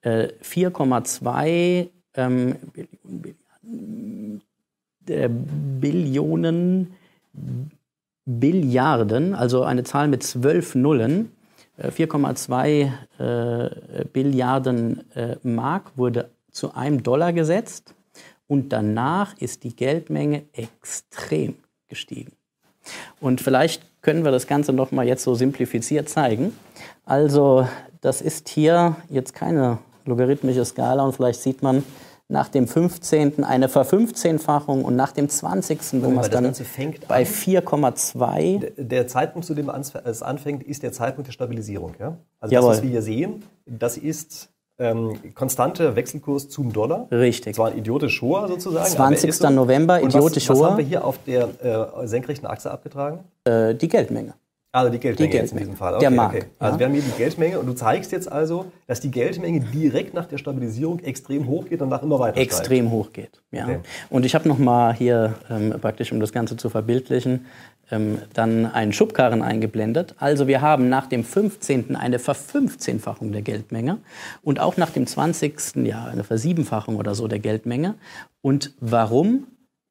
4,2 Billiarden, also eine Zahl mit 12 Nullen, 4,2 Billiarden Mark wurde zu einem Dollar gesetzt. Und danach ist die Geldmenge extrem gestiegen. Und vielleicht können wir das Ganze noch mal jetzt so simplifiziert zeigen. Also das ist hier jetzt keine logarithmische Skala und vielleicht sieht man nach dem 15. eine Verfünfzehnfachung und nach dem 20., wo man es dann bei 4,2. Der Zeitpunkt, zu dem es anfängt, ist der Zeitpunkt der Stabilisierung. Ja? Also Jawohl. das, was wir hier sehen, das ist konstanter Wechselkurs zum Dollar. Richtig. Zwar ein idiotisch hoher sozusagen. 20. November, idiotisch hoher. Was haben wir hier auf der senkrechten Achse abgetragen? Die Geldmenge. Also die Geldmenge jetzt in diesem Fall. Okay, der Markt. Okay. Also wir haben hier die Geldmenge und du zeigst jetzt also, dass die Geldmenge direkt nach der Stabilisierung extrem hoch geht und danach immer weiter steigt. Extrem hoch geht, ja. Okay. Und ich habe noch mal hier praktisch, um das Ganze zu verbildlichen, dann einen Schubkarren eingeblendet. Also wir haben nach dem 15. eine Verfünfzehnfachung der Geldmenge und auch nach dem 20. ja eine Versiebenfachung oder so der Geldmenge. Und warum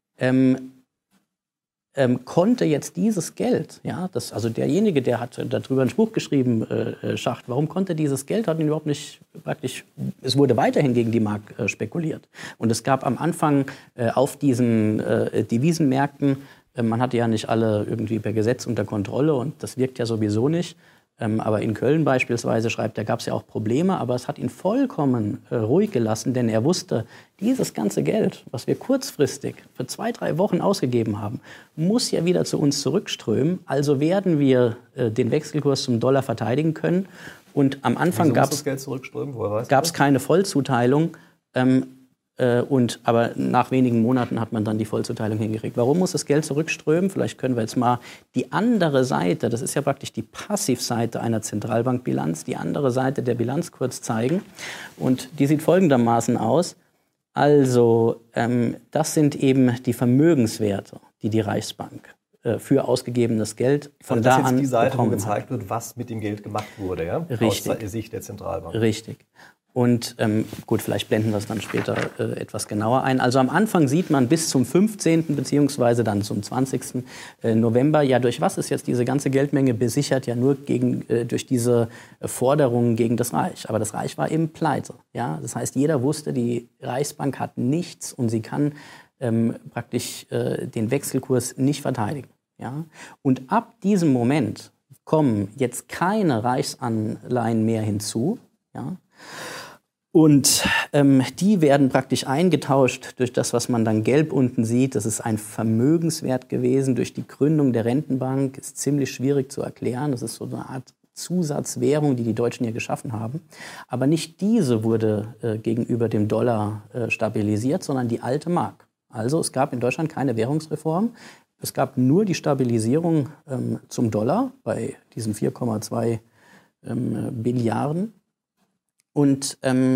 konnte jetzt dieses Geld, ja, also derjenige, der hat darüber ein Buch geschrieben, Schacht, warum konnte dieses Geld, hat ihn überhaupt nicht praktisch, es wurde weiterhin gegen die Mark spekuliert. Und es gab am Anfang auf diesen Devisenmärkten, man hatte ja nicht alle irgendwie per Gesetz unter Kontrolle und das wirkt ja sowieso nicht. Aber in Köln beispielsweise, schreibt er, gab es ja auch Probleme, aber es hat ihn vollkommen ruhig gelassen, denn er wusste, dieses ganze Geld, was wir kurzfristig für 2-3 Wochen ausgegeben haben, muss ja wieder zu uns zurückströmen. Also werden wir den Wechselkurs zum Dollar verteidigen können. Und am Anfang gab es keine Vollzuteilung. Aber nach wenigen Monaten hat man dann die Vollzuteilung hingekriegt. Warum muss das Geld zurückströmen? Vielleicht können wir jetzt mal die andere Seite, das ist ja praktisch die Passivseite einer Zentralbankbilanz, die andere Seite der Bilanz kurz zeigen. Und die sieht folgendermaßen aus. Also das sind eben die Vermögenswerte, die die Reichsbank für ausgegebenes Geld von da an bekommen hat. Das ist die Seite, wo gezeigt wird, was mit dem Geld gemacht wurde, ja? Richtig. Aus Sicht der Zentralbank. Richtig. Und gut, vielleicht blenden wir es dann später etwas genauer ein. Also am Anfang sieht man bis zum 15. beziehungsweise dann zum 20. November, ja, durch was ist jetzt diese ganze Geldmenge besichert? Ja, nur durch diese Forderungen gegen das Reich. Aber das Reich war eben pleite. Ja? Das heißt, jeder wusste, die Reichsbank hat nichts und sie kann praktisch den Wechselkurs nicht verteidigen. Ja? Und ab diesem Moment kommen jetzt keine Reichsanleihen mehr hinzu. Ja? Und die werden praktisch eingetauscht durch das, was man dann gelb unten sieht. Das ist ein Vermögenswert gewesen durch die Gründung der Rentenbank. Ist ziemlich schwierig zu erklären. Das ist so eine Art Zusatzwährung, die die Deutschen hier geschaffen haben. Aber nicht diese wurde gegenüber dem Dollar stabilisiert, sondern die alte Mark. Also es gab in Deutschland keine Währungsreform. Es gab nur die Stabilisierung zum Dollar bei diesen 4,2 Billiarden. Und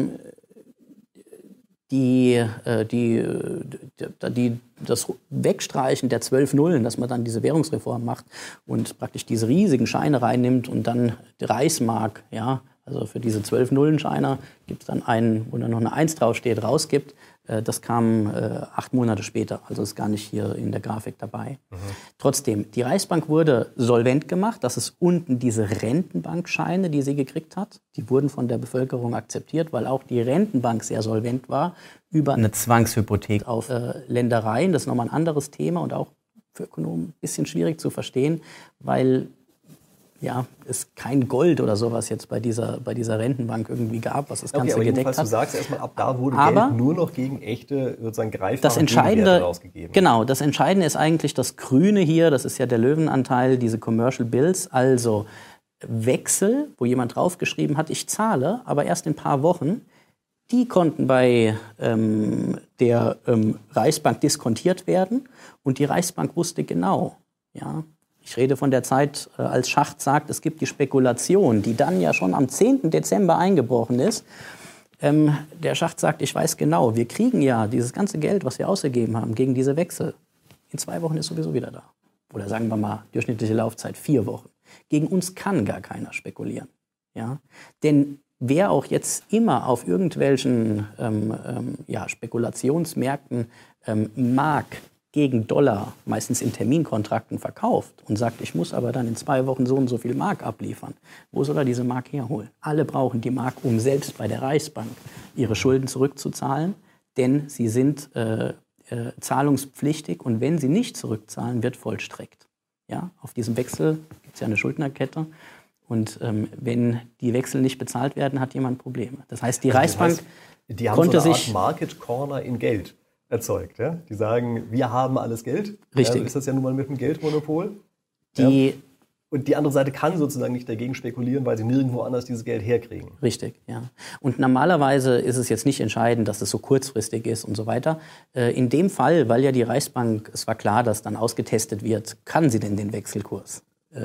das Wegstreichen der 12 Nullen, dass man dann diese Währungsreform macht und praktisch diese riesigen Scheine reinnimmt und dann die Reichsmark, ja, also für diese 12 Nullenscheine gibt es dann einen, wo dann noch eine 1 draufsteht, rausgibt. Das kam 8 Monate später, also ist gar nicht hier in der Grafik dabei. Mhm. Trotzdem, die Reichsbank wurde solvent gemacht. Das ist unten diese Rentenbankscheine, die sie gekriegt hat. Die wurden von der Bevölkerung akzeptiert, weil auch die Rentenbank sehr solvent war über eine Zwangshypothek auf Ländereien. Das ist nochmal ein anderes Thema und auch für Ökonomen ein bisschen schwierig zu verstehen, weil ja, es kein Gold oder sowas jetzt bei dieser Rentenbank irgendwie gab, was das Ganze gedeckt hat. Du sagst erstmal, ab da wurde Geld nur noch gegen echte, sozusagen greifbare Gegenwerte rausgegeben. Genau, das Entscheidende ist eigentlich das Grüne hier, das ist ja der Löwenanteil, diese Commercial Bills, also Wechsel, wo jemand draufgeschrieben hat, ich zahle, aber erst in ein paar Wochen, die konnten bei der Reichsbank diskontiert werden und die Reichsbank wusste genau, ja, ich rede von der Zeit, als Schacht sagt, es gibt die Spekulation, die dann ja schon am 10. Dezember eingebrochen ist. Der Schacht sagt, ich weiß genau, wir kriegen ja dieses ganze Geld, was wir ausgegeben haben, gegen diese Wechsel. In 2 Wochen ist sowieso wieder da. Oder sagen wir mal, durchschnittliche Laufzeit 4 Wochen. Gegen uns kann gar keiner spekulieren. Ja? Denn wer auch jetzt immer auf irgendwelchen Spekulationsmärkten Mark gegen Dollar, meistens in Terminkontrakten verkauft und sagt, ich muss aber dann in 2 Wochen so und so viel Mark abliefern. Wo soll er diese Mark herholen? Alle brauchen die Mark, um selbst bei der Reichsbank ihre Schulden zurückzuzahlen, denn sie sind zahlungspflichtig und wenn sie nicht zurückzahlen, wird vollstreckt. Ja, auf diesem Wechsel gibt es ja eine Schuldnerkette und wenn die Wechsel nicht bezahlt werden, hat jemand Probleme. Das heißt, die Reichsbank die haben konnte so eine sich... Art Market Corner in Geld erzeugt. Ja? Die sagen, wir haben alles Geld. Richtig. Ist das ja nun mal mit dem Geldmonopol. Die Und die andere Seite kann sozusagen nicht dagegen spekulieren, weil sie nirgendwo anders dieses Geld herkriegen. Richtig, ja. Und normalerweise ist es jetzt nicht entscheidend, dass es so kurzfristig ist und so weiter. In dem Fall, weil ja die Reichsbank, es war klar, dass dann ausgetestet wird, kann sie denn den Wechselkurs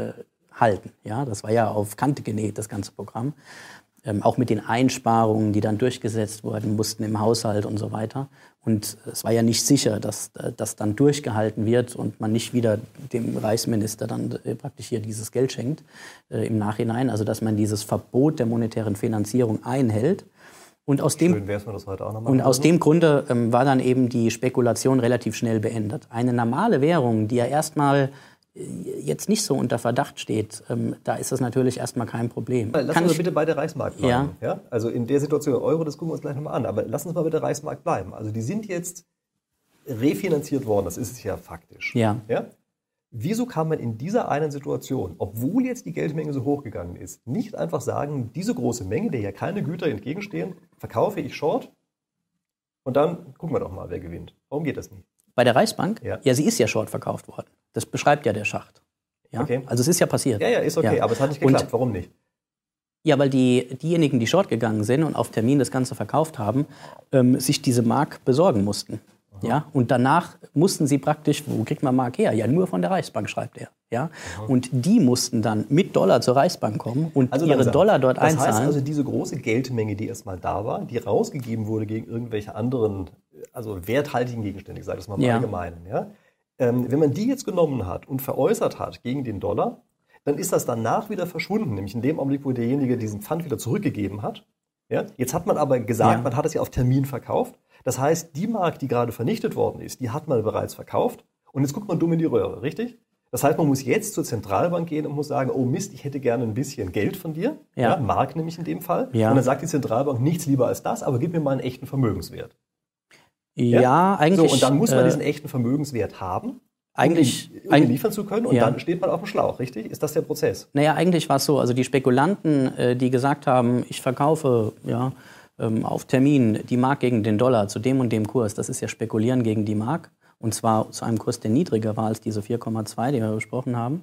halten. Ja, das war ja auf Kante genäht, das ganze Programm. Auch mit den Einsparungen, die dann durchgesetzt wurden mussten im Haushalt und so weiter. Und es war ja nicht sicher, dass das dann durchgehalten wird und man nicht wieder dem Reichsminister dann praktisch hier dieses Geld schenkt im Nachhinein. Also dass man dieses Verbot der monetären Finanzierung einhält. Und aus dem, Schön wär's, wenn das heute auch noch machen und aus würde. dem Grunde war dann eben die Spekulation relativ schnell beendet. Eine normale Währung, die ja erstmal jetzt nicht so unter Verdacht steht, da ist das natürlich erstmal kein Problem. Lassen wir bitte bei der Reichsmark bleiben. Ja? Also in der Situation Euro, das gucken wir uns gleich nochmal an. Aber lassen uns mal bei der Reichsmark bleiben. Also die sind jetzt refinanziert worden, das ist es ja faktisch. Ja. Ja? Wieso kann man in dieser einen Situation, obwohl jetzt die Geldmenge so hochgegangen ist, nicht einfach sagen, diese große Menge, der ja keine Güter entgegenstehen, verkaufe ich short und dann gucken wir doch mal, wer gewinnt. Warum geht das nicht? Bei der Reichsbank? Ja. Ja, sie ist ja short verkauft worden. Das beschreibt ja der Schacht. Ja? Okay. Also es ist ja passiert. Ja, ist okay, Ja. aber es hat nicht Und- geklappt. Warum nicht? Ja, weil diejenigen, die short gegangen sind und auf Termin das Ganze verkauft haben, sich diese Mark besorgen mussten. Ja? Und danach mussten sie praktisch, wo kriegt man Mark her? Ja, nur von der Reichsbank, schreibt er. Ja? Und die mussten dann mit Dollar zur Reichsbank kommen und ihre langsam. Dollar dort das einzahlen. Das heißt also, diese große Geldmenge, die erstmal da war, die rausgegeben wurde gegen irgendwelche anderen, also werthaltigen Gegenstände, ich sage das mal im Ja. Allgemeinen. Ja? Wenn man die jetzt genommen hat und veräußert hat gegen den Dollar, dann ist das danach wieder verschwunden, nämlich in dem Augenblick, wo derjenige diesen Pfand wieder zurückgegeben hat. Ja? Jetzt hat man aber gesagt, Ja. man hat es ja auf Termin verkauft. Das heißt, die Mark, die gerade vernichtet worden ist, die hat man bereits verkauft und jetzt guckt man dumm in die Röhre, richtig? Das heißt, man muss jetzt zur Zentralbank gehen und muss sagen, oh Mist, ich hätte gerne ein bisschen Geld von dir, Ja. Mark nämlich in dem Fall. Ja. Und dann sagt die Zentralbank, nichts lieber als das, aber gib mir mal einen echten Vermögenswert. Ja, eigentlich. So, und dann muss man diesen echten Vermögenswert haben, eigentlich, um ihn liefern zu können und Ja. dann steht man auf dem Schlauch, richtig? Ist das der Prozess? Naja, eigentlich war es so, also die Spekulanten, die gesagt haben, ich verkaufe auf Termin die Mark gegen den Dollar zu dem und dem Kurs, das ist ja Spekulieren gegen die Mark, und zwar zu einem Kurs, der niedriger war als diese 4,2, die wir besprochen haben.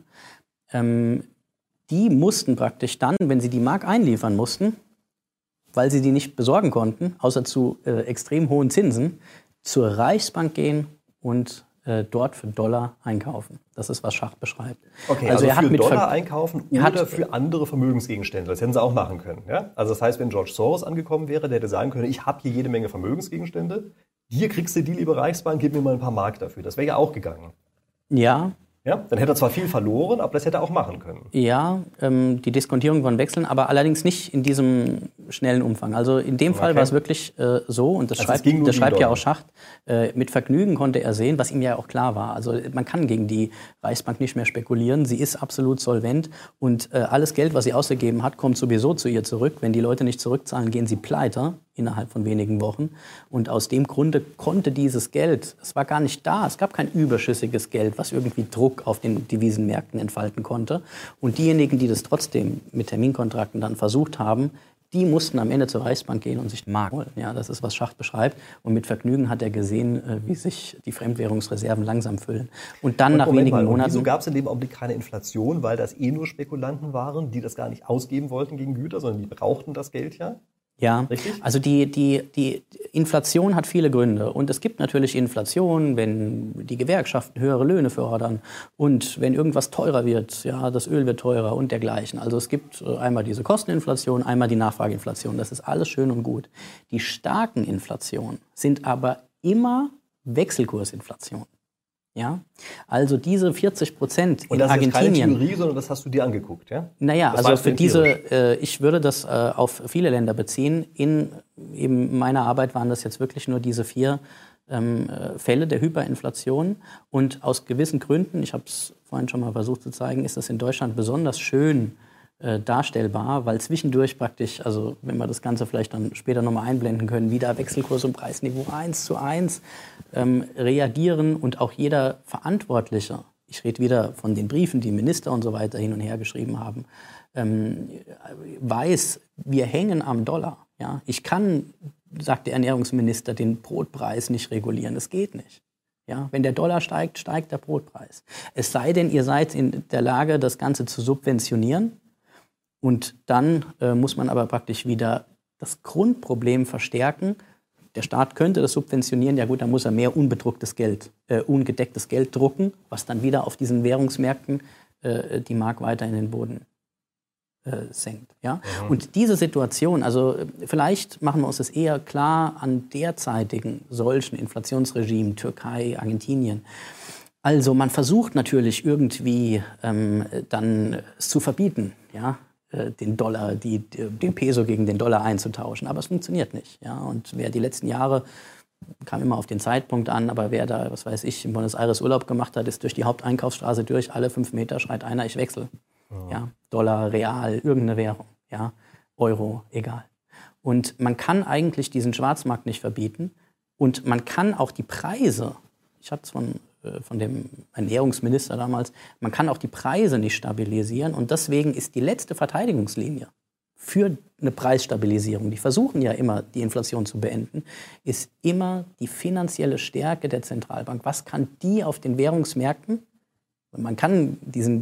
Die mussten praktisch dann, wenn sie die Mark einliefern mussten, weil sie die nicht besorgen konnten, außer zu extrem hohen Zinsen, zur Reichsbank gehen und dort für Dollar einkaufen. Das ist, was Schacht beschreibt. Okay, also er hat für mit Dollar einkaufen er oder hat- für andere Vermögensgegenstände. Das hätten sie auch machen können. Ja? Also das heißt, wenn George Soros angekommen wäre, der hätte sagen können, ich habe hier jede Menge Vermögensgegenstände, hier kriegst du die, liebe Reichsbank, gib mir mal ein paar Mark dafür. Das wäre ja auch gegangen. Ja, Ja? Dann hätte er zwar viel verloren, aber das hätte er auch machen können. ja, die Diskontierung von Wechseln, aber allerdings nicht in diesem schnellen Umfang. Also in dem Fall Okay. war es wirklich so, und das Also es schreibt, ging nur das um schreibt ja Dollar. auch Schacht, mit Vergnügen konnte er sehen, was ihm ja auch klar war. Also man kann gegen die Reichsbank nicht mehr spekulieren, sie ist absolut solvent und alles Geld, was sie ausgegeben hat, kommt sowieso zu ihr zurück. Wenn die Leute nicht zurückzahlen, gehen sie pleite innerhalb von wenigen Wochen. Und aus dem Grunde konnte dieses Geld, es war gar nicht da, es gab kein überschüssiges Geld, was irgendwie Druck auf den Devisenmärkten entfalten konnte. Und diejenigen, die das trotzdem mit Terminkontrakten dann versucht haben, die mussten am Ende zur Reichsbank gehen und sich Mark holen. Ja, das ist, was Schacht beschreibt. Und mit Vergnügen hat er gesehen, wie sich die Fremdwährungsreserven langsam füllen. Und dann nach Moment wenigen mal, und Monaten... wieso gab es in dem Augenblick keine Inflation? Weil das nur Spekulanten waren, die das gar nicht ausgeben wollten gegen Güter, sondern die brauchten das Geld ja. Ja, Richtig? also die Inflation hat viele Gründe. Und es gibt natürlich Inflation, wenn die Gewerkschaften höhere Löhne fordern und wenn irgendwas teurer wird, ja, das Öl wird teurer und dergleichen. Also es gibt einmal diese Kosteninflation, einmal die Nachfrageinflation. Das ist alles schön und gut. Die starken Inflationen sind aber immer Wechselkursinflation. Ja, also diese 40% Und in das ist jetzt keine Argentinien. Theorie, sondern das hast du dir angeguckt, ja? Naja, Das also weißt du für diese, empirisch. ich würde das auf viele Länder beziehen. In eben meiner Arbeit waren das jetzt wirklich nur diese 4 Fälle der Hyperinflation. Und aus gewissen Gründen, ich habe es vorhin schon mal versucht zu zeigen, ist das in Deutschland besonders schön darstellbar, weil zwischendurch praktisch, also wenn wir das Ganze vielleicht dann später nochmal einblenden können, wieder Wechselkurs und Preisniveau 1:1 reagieren und auch jeder Verantwortliche, ich rede wieder von den Briefen, die Minister und so weiter hin und her geschrieben haben, weiß, wir hängen am Dollar. Ja? Ich kann, sagt der Ernährungsminister, den Brotpreis nicht regulieren, das geht nicht. Ja, wenn der Dollar steigt, steigt der Brotpreis. Es sei denn, ihr seid in der Lage, das Ganze zu subventionieren. Und dann muss man aber praktisch wieder das Grundproblem verstärken. Der Staat könnte das subventionieren, ja gut, dann muss er mehr ungedecktes Geld drucken, was dann wieder auf diesen Währungsmärkten die Mark weiter in den Boden senkt. Ja? Mhm. Und diese Situation, also vielleicht machen wir uns das eher klar an derzeitigen solchen Inflationsregimen, Türkei, Argentinien. Also man versucht natürlich irgendwie dann es zu verbieten, ja? Den Dollar, den Peso gegen den Dollar einzutauschen. Aber es funktioniert nicht. Ja? Und wer die letzten Jahre, kam immer auf den Zeitpunkt an, aber wer da, was weiß ich, in Buenos Aires Urlaub gemacht hat, ist durch die Haupteinkaufsstraße durch, alle 5 Meter schreit einer, ich wechsle. Ja? Dollar, Real, irgendeine Währung, ja? Euro, egal. Und man kann eigentlich diesen Schwarzmarkt nicht verbieten und man kann auch die Preise, ich hatte es von dem Ernährungsminister damals, man kann auch die Preise nicht stabilisieren und deswegen ist die letzte Verteidigungslinie für eine Preisstabilisierung, die versuchen ja immer, die Inflation zu beenden, ist immer die finanzielle Stärke der Zentralbank. Was kann die auf den Währungsmärkten? Man kann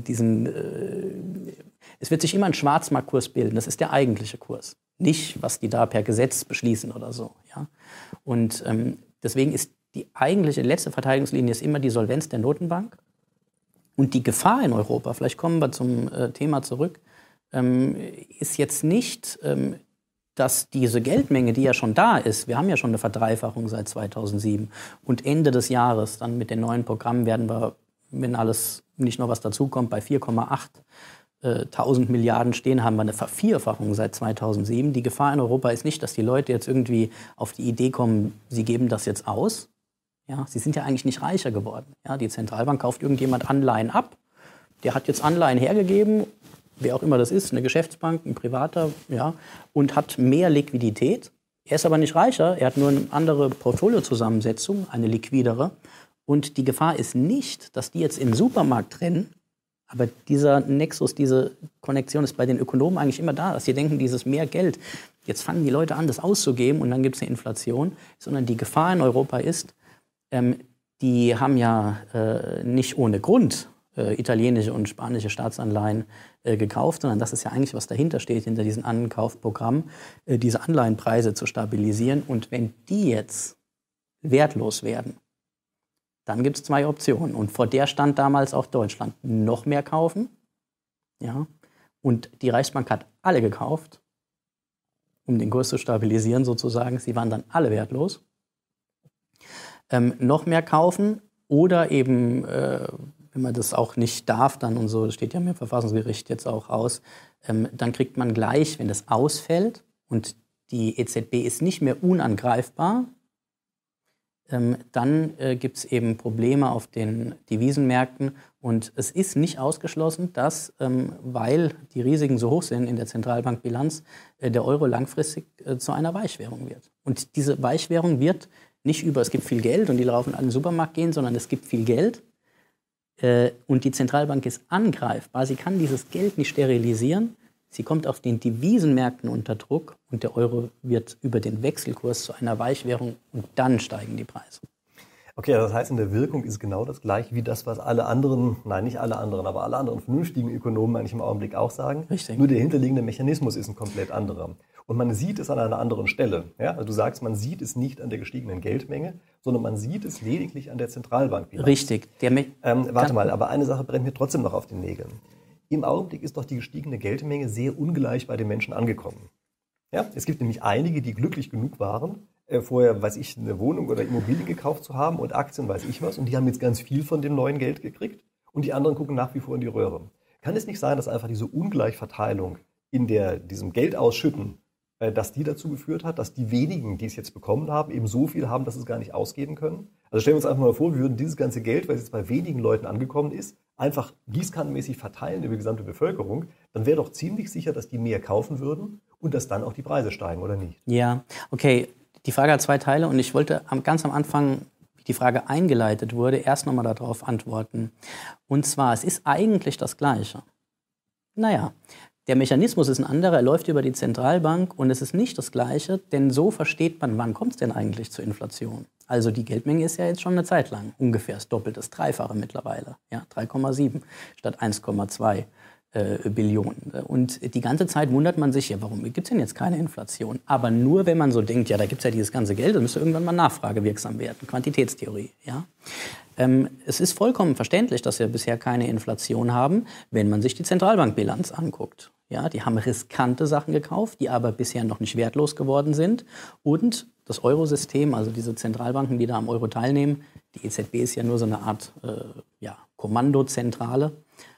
es wird sich immer ein Schwarzmarktkurs bilden, das ist der eigentliche Kurs, nicht was die da per Gesetz beschließen oder so. Ja? Und deswegen ist die eigentliche letzte Verteidigungslinie ist immer die Solvenz der Notenbank. Und die Gefahr in Europa, vielleicht kommen wir zum Thema zurück, ist jetzt nicht, dass diese Geldmenge, die ja schon da ist, wir haben ja schon eine Verdreifachung seit 2007 und Ende des Jahres dann mit den neuen Programmen werden wir, wenn alles nicht noch was dazukommt, bei 4,8 Milliarden stehen, haben wir eine Vervierfachung seit 2007. Die Gefahr in Europa ist nicht, dass die Leute jetzt irgendwie auf die Idee kommen, sie geben das jetzt aus. Ja, sie sind ja eigentlich nicht reicher geworden. Ja, die Zentralbank kauft irgendjemand Anleihen ab. Der hat jetzt Anleihen hergegeben, wer auch immer das ist, eine Geschäftsbank, ein Privater, ja, und hat mehr Liquidität. Er ist aber nicht reicher, er hat nur eine andere Portfoliozusammensetzung, eine liquidere. Und die Gefahr ist nicht, dass die jetzt in den Supermarkt rennen, aber dieser Nexus, diese Konnektion ist bei den Ökonomen eigentlich immer da, dass sie denken, dieses mehr Geld, jetzt fangen die Leute an, das auszugeben und dann gibt es eine Inflation, sondern die Gefahr in Europa ist, die haben ja nicht ohne Grund italienische und spanische Staatsanleihen gekauft, sondern das ist ja eigentlich, was dahinter steht, hinter diesen Ankaufprogrammen, diese Anleihenpreise zu stabilisieren. Und wenn die jetzt wertlos werden, dann gibt es 2 Optionen. Und vor der stand damals auch Deutschland. Noch mehr kaufen. Ja. Und die Reichsbank hat alle gekauft, um den Kurs zu stabilisieren sozusagen. Sie waren dann alle wertlos. Noch mehr kaufen oder eben, wenn man das auch nicht darf, dann und so, das steht ja im Verfassungsgericht jetzt auch aus, dann kriegt man gleich, wenn das ausfällt und die EZB ist nicht mehr unangreifbar, dann gibt es eben Probleme auf den Devisenmärkten und es ist nicht ausgeschlossen, dass, weil die Risiken so hoch sind in der Zentralbankbilanz, der Euro langfristig zu einer Weichwährung wird. Und diese Weichwährung wird nicht über, es gibt viel Geld und die laufen an den Supermarkt gehen, sondern es gibt viel Geld und die Zentralbank ist angreifbar. Sie kann dieses Geld nicht sterilisieren. Sie kommt auf den Devisenmärkten unter Druck und der Euro wird über den Wechselkurs zu einer Weichwährung und dann steigen die Preise. Okay, das heißt, in der Wirkung ist genau das gleiche wie das, was alle anderen, nein, nicht alle anderen, aber alle anderen vernünftigen Ökonomen eigentlich im Augenblick auch sagen. Richtig. Nur der hinterliegende Mechanismus ist ein komplett anderer. Und man sieht es an einer anderen Stelle. Ja? Also du sagst, man sieht es nicht an der gestiegenen Geldmenge, sondern man sieht es lediglich an der Zentralbankbilanz. Richtig. Warte mal, aber eine Sache brennt mir trotzdem noch auf den Nägeln. Im Augenblick ist doch die gestiegene Geldmenge sehr ungleich bei den Menschen angekommen. Ja? Es gibt nämlich einige, die glücklich genug waren, vorher, weiß ich, eine Wohnung oder Immobilien gekauft zu haben und Aktien, weiß ich was, und die haben jetzt ganz viel von dem neuen Geld gekriegt und die anderen gucken nach wie vor in die Röhre. Kann es nicht sein, dass einfach diese Ungleichverteilung in diesem Geldausschütten, dass die dazu geführt hat, dass die wenigen, die es jetzt bekommen haben, eben so viel haben, dass sie es gar nicht ausgeben können? Also stellen wir uns einfach mal vor, wir würden dieses ganze Geld, was jetzt bei wenigen Leuten angekommen ist, einfach gießkannenmäßig verteilen über die gesamte Bevölkerung, dann wäre doch ziemlich sicher, dass die mehr kaufen würden und dass dann auch die Preise steigen, oder nicht? Ja, okay. Die Frage hat zwei Teile und ich wollte ganz am Anfang, wie die Frage eingeleitet wurde, erst nochmal darauf antworten. Und zwar, es ist eigentlich das Gleiche. Naja, der Mechanismus ist ein anderer, er läuft über die Zentralbank und es ist nicht das Gleiche, denn so versteht man, wann kommt es denn eigentlich zur Inflation? Also die Geldmenge ist ja jetzt schon eine Zeit lang ungefähr das Doppelte, das Dreifache mittlerweile, ja, 3,7 statt 1,2 Billionen. Und die ganze Zeit wundert man sich, ja, warum gibt es denn jetzt keine Inflation? Aber nur, wenn man so denkt, ja, da gibt es ja dieses ganze Geld, dann müsste irgendwann mal nachfragewirksam werden, Quantitätstheorie, ja. Es ist vollkommen verständlich, dass wir bisher keine Inflation haben, wenn man sich die Zentralbankbilanz anguckt. Ja, die haben riskante Sachen gekauft, die aber bisher noch nicht wertlos geworden sind. Und das Eurosystem, also diese Zentralbanken, die da am Euro teilnehmen, die EZB ist ja nur so eine Art Kommandozentrale.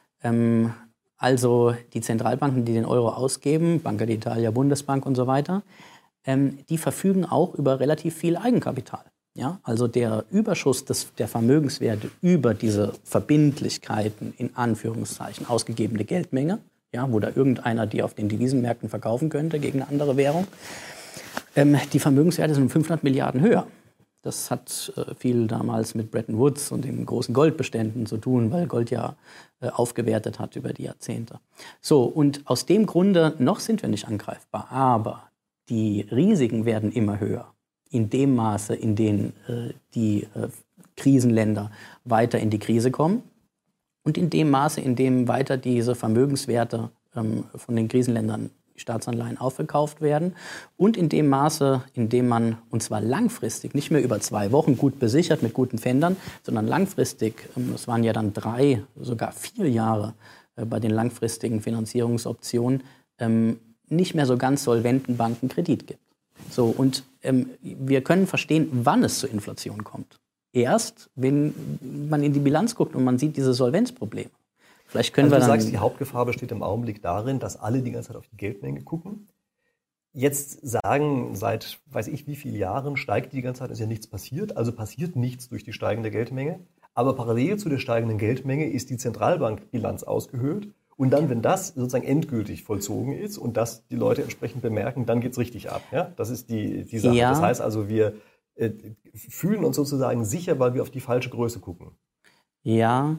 Also die Zentralbanken, die den Euro ausgeben, Banca d'Italia, Bundesbank und so weiter, die verfügen auch über relativ viel Eigenkapital. Ja, also der Überschuss der Vermögenswerte über diese Verbindlichkeiten, in Anführungszeichen, ausgegebene Geldmenge, ja, wo da irgendeiner die auf den Devisenmärkten verkaufen könnte gegen eine andere Währung, die Vermögenswerte sind um 500 Milliarden höher. Das hat viel damals mit Bretton Woods und den großen Goldbeständen zu tun, weil Gold ja aufgewertet hat über die Jahrzehnte. So, und aus dem Grunde, noch sind wir nicht angreifbar, aber die Risiken werden immer höher. In dem Maße, in dem die Krisenländer weiter in die Krise kommen und in dem Maße, in dem weiter diese Vermögenswerte von den Krisenländern, die Staatsanleihen, aufgekauft werden und in dem Maße, in dem man, und zwar langfristig, nicht mehr über 2 Wochen gut besichert mit guten Pfändern, sondern langfristig, das waren ja dann 3, sogar 4 Jahre bei den langfristigen Finanzierungsoptionen, nicht mehr so ganz solventen Banken Kredit gibt. So, und wir können verstehen, wann es zur Inflation kommt. Erst, wenn man in die Bilanz guckt und man sieht diese Solvenzprobleme. Vielleicht können wir dann. Du sagst, die Hauptgefahr besteht im Augenblick darin, dass alle die ganze Zeit auf die Geldmenge gucken. Jetzt sagen, seit weiß ich wie vielen Jahren steigt die ganze Zeit, ist ja nichts passiert. Also passiert nichts durch die steigende Geldmenge. Aber parallel zu der steigenden Geldmenge ist die Zentralbankbilanz ausgehöhlt. Und dann, wenn das sozusagen endgültig vollzogen ist und das die Leute entsprechend bemerken, dann geht's richtig ab. Ja? Das ist die Sache. Ja. Das heißt also, wir fühlen uns sozusagen sicher, weil wir auf die falsche Größe gucken. Ja,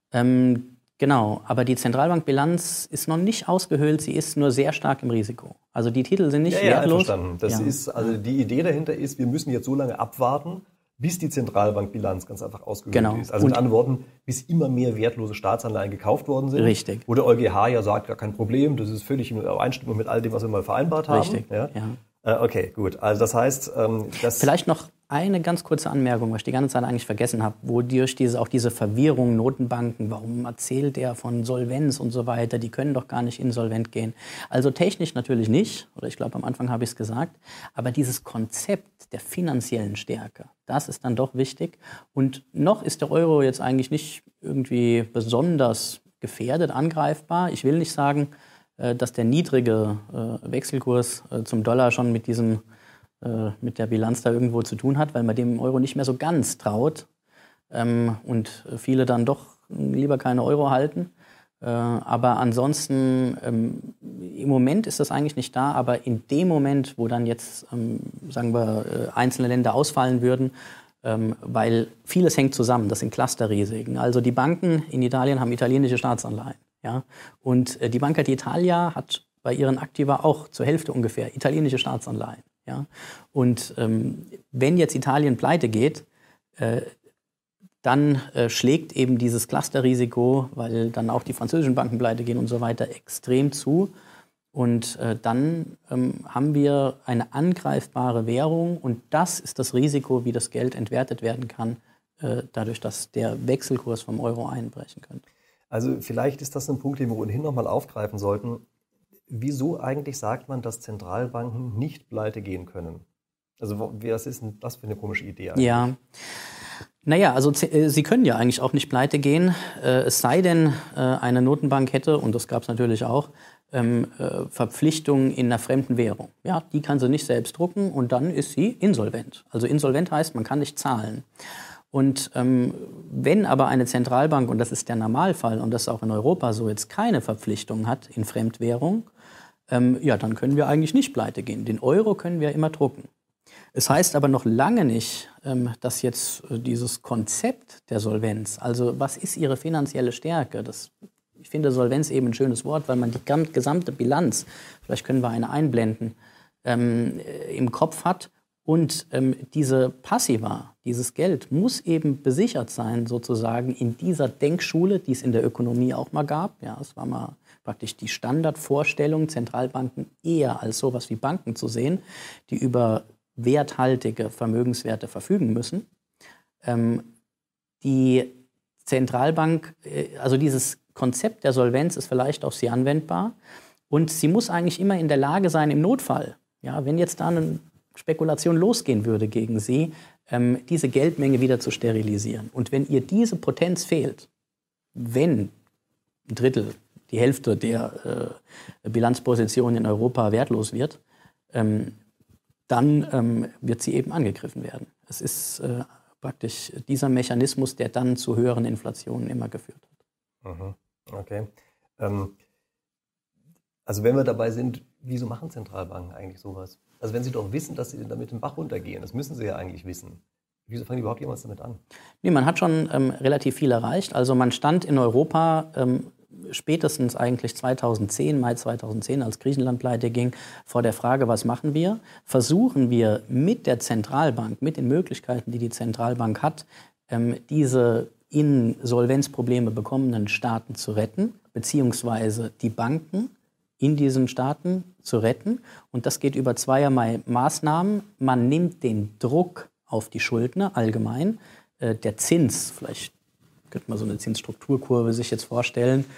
genau. Aber die Zentralbankbilanz ist noch nicht ausgehöhlt, sie ist nur sehr stark im Risiko. Also die Titel sind nicht wertlos. Einverstanden. Das ist, also die Idee dahinter ist, wir müssen jetzt so lange abwarten, bis die Zentralbankbilanz ganz einfach ausgehöhlt ist. Also mit anderen Worten, bis immer mehr wertlose Staatsanleihen gekauft worden sind. Richtig. Wo der EuGH ja sagt, gar kein Problem, das ist völlig in Übereinstimmung mit all dem, was wir mal vereinbart haben. Richtig, ja. Okay, gut. Also das heißt, vielleicht noch eine ganz kurze Anmerkung, was ich die ganze Zeit eigentlich vergessen habe, wodurch auch diese Verwirrung, Notenbanken, warum erzählt der von Solvenz und so weiter, die können doch gar nicht insolvent gehen. Also technisch natürlich nicht, oder ich glaube am Anfang habe ich es gesagt, aber dieses Konzept der finanziellen Stärke, das ist dann doch wichtig. Und noch ist der Euro jetzt eigentlich nicht irgendwie besonders gefährdet, angreifbar. Ich will nicht sagen, dass der niedrige Wechselkurs zum Dollar schon mit der Bilanz da irgendwo zu tun hat, weil man dem Euro nicht mehr so ganz traut und viele dann doch lieber keine Euro halten. Aber ansonsten, im Moment ist das eigentlich nicht da, aber in dem Moment, wo dann jetzt, sagen wir, einzelne Länder ausfallen würden, weil vieles hängt zusammen, das sind Clusterrisiken. Also die Banken in Italien haben italienische Staatsanleihen. Ja? Und die Banca d'Italia hat bei ihren Aktiva auch zur Hälfte ungefähr italienische Staatsanleihen. Ja? Und wenn jetzt Italien pleite geht, dann schlägt eben dieses Clusterrisiko, weil dann auch die französischen Banken pleite gehen und so weiter, extrem zu. Und dann haben wir eine angreifbare Währung und das ist das Risiko, wie das Geld entwertet werden kann, dadurch, dass der Wechselkurs vom Euro einbrechen könnte. Also vielleicht ist das ein Punkt, den wir ohnehin nochmal aufgreifen sollten. Wieso eigentlich sagt man, dass Zentralbanken nicht pleite gehen können? Also was ist denn das für eine komische Idee eigentlich? Ja, naja, also sie können ja eigentlich auch nicht pleite gehen, es sei denn, eine Notenbank hätte, und das gab es natürlich auch, Verpflichtungen in einer fremden Währung. Ja, die kann sie nicht selbst drucken und dann ist sie insolvent. Also insolvent heißt, man kann nicht zahlen. Und wenn aber eine Zentralbank, und das ist der Normalfall und das ist auch in Europa so, jetzt keine Verpflichtung hat in Fremdwährung, dann können wir eigentlich nicht pleite gehen. Den Euro können wir immer drucken. Es heißt aber noch lange nicht, dass jetzt dieses Konzept der Solvenz, also was ist ihre finanzielle Stärke, ich finde Solvenz eben ein schönes Wort, weil man die gesamte Bilanz, vielleicht können wir eine einblenden, im Kopf hat. Und diese Passiva, dieses Geld, muss eben besichert sein, sozusagen in dieser Denkschule, die es in der Ökonomie auch mal gab. Ja, es war mal praktisch die Standardvorstellung, Zentralbanken eher als sowas wie Banken zu sehen, die über werthaltige Vermögenswerte verfügen müssen. Die Zentralbank, also dieses Konzept der Solvenz ist vielleicht auf sie anwendbar. Und sie muss eigentlich immer in der Lage sein, im Notfall, ja, wenn jetzt da eine Spekulation losgehen würde gegen sie, diese Geldmenge wieder zu sterilisieren. Und wenn ihr diese Potenz fehlt, wenn ein Drittel, die Hälfte der Bilanzposition in Europa wertlos wird, dann wird sie eben angegriffen werden. Es ist praktisch dieser Mechanismus, der dann zu höheren Inflationen immer geführt hat. Mhm. Okay. Also wenn wir dabei sind, wieso machen Zentralbanken eigentlich sowas? Also wenn sie doch wissen, dass sie damit den Bach runtergehen, das müssen sie ja eigentlich wissen. Wieso fangen die überhaupt jemals damit an? Nee, man hat schon relativ viel erreicht. Also man stand in Europa spätestens eigentlich 2010, Mai 2010, als Griechenland pleite ging, vor der Frage, was machen wir? Versuchen wir mit der Zentralbank, mit den Möglichkeiten, die die Zentralbank hat, diese in Solvenzprobleme bekommenen Staaten zu retten, beziehungsweise die Banken in diesen Staaten zu retten. Und das geht über zweierlei Maßnahmen. Man nimmt den Druck auf die Schuldner allgemein. Der Zins, vielleicht könnte man so eine Zinsstrukturkurve sich jetzt vorstellen,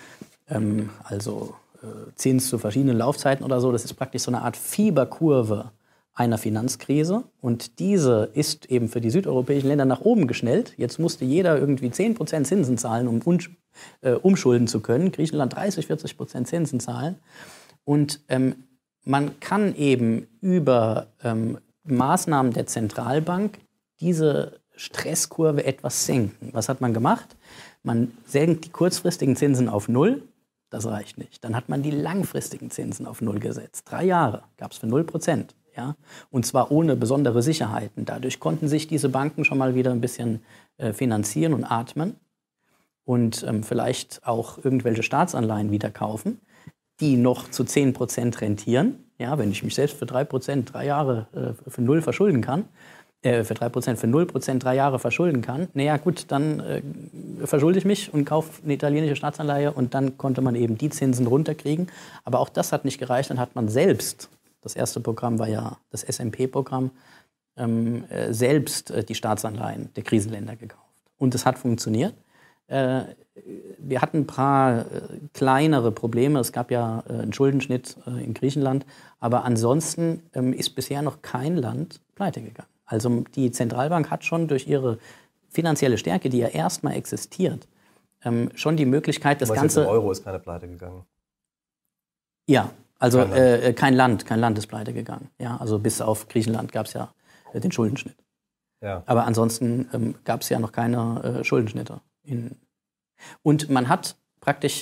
Zins zu verschiedenen Laufzeiten oder so, das ist praktisch so eine Art Fieberkurve einer Finanzkrise. Und diese ist eben für die südeuropäischen Länder nach oben geschnellt. Jetzt musste jeder irgendwie 10% Zinsen zahlen, um umschulden zu können. Griechenland 30-40% Zinsen zahlen. Und man kann eben über Maßnahmen der Zentralbank diese Stresskurve etwas senken. Was hat man gemacht? Man senkt die kurzfristigen Zinsen auf 0. Das reicht nicht. Dann hat man die langfristigen Zinsen auf 0 gesetzt. 3 Jahre gab es für 0%. Ja? Und zwar ohne besondere Sicherheiten. Dadurch konnten sich diese Banken schon mal wieder ein bisschen finanzieren und atmen und vielleicht auch irgendwelche Staatsanleihen wieder kaufen, die noch zu 10% rentieren. Ja, wenn ich mich selbst für 3%, 3 Jahre für 0 verschulden kann, für 3%, für 0% 3 Jahre verschulden kann, naja gut, dann verschulde ich mich und kaufe eine italienische Staatsanleihe und dann konnte man eben die Zinsen runterkriegen. Aber auch das hat nicht gereicht, dann hat man selbst, das erste Programm war ja das SMP-Programm, selbst die Staatsanleihen der Krisenländer gekauft. Und es hat funktioniert. Wir hatten ein paar kleinere Probleme. Es gab ja einen Schuldenschnitt in Griechenland. Aber ansonsten ist bisher noch kein Land pleite gegangen. Also die Zentralbank hat schon durch ihre finanzielle Stärke, die ja erstmal existiert, schon die Möglichkeit, das Ganze... Der Euro ist keine pleite gegangen. Ja, also kein Land ist pleite gegangen. Ja, also bis auf Griechenland gab es ja den Schuldenschnitt. Ja. Aber ansonsten gab es ja noch keine Schuldenschnitte. Und man hat praktisch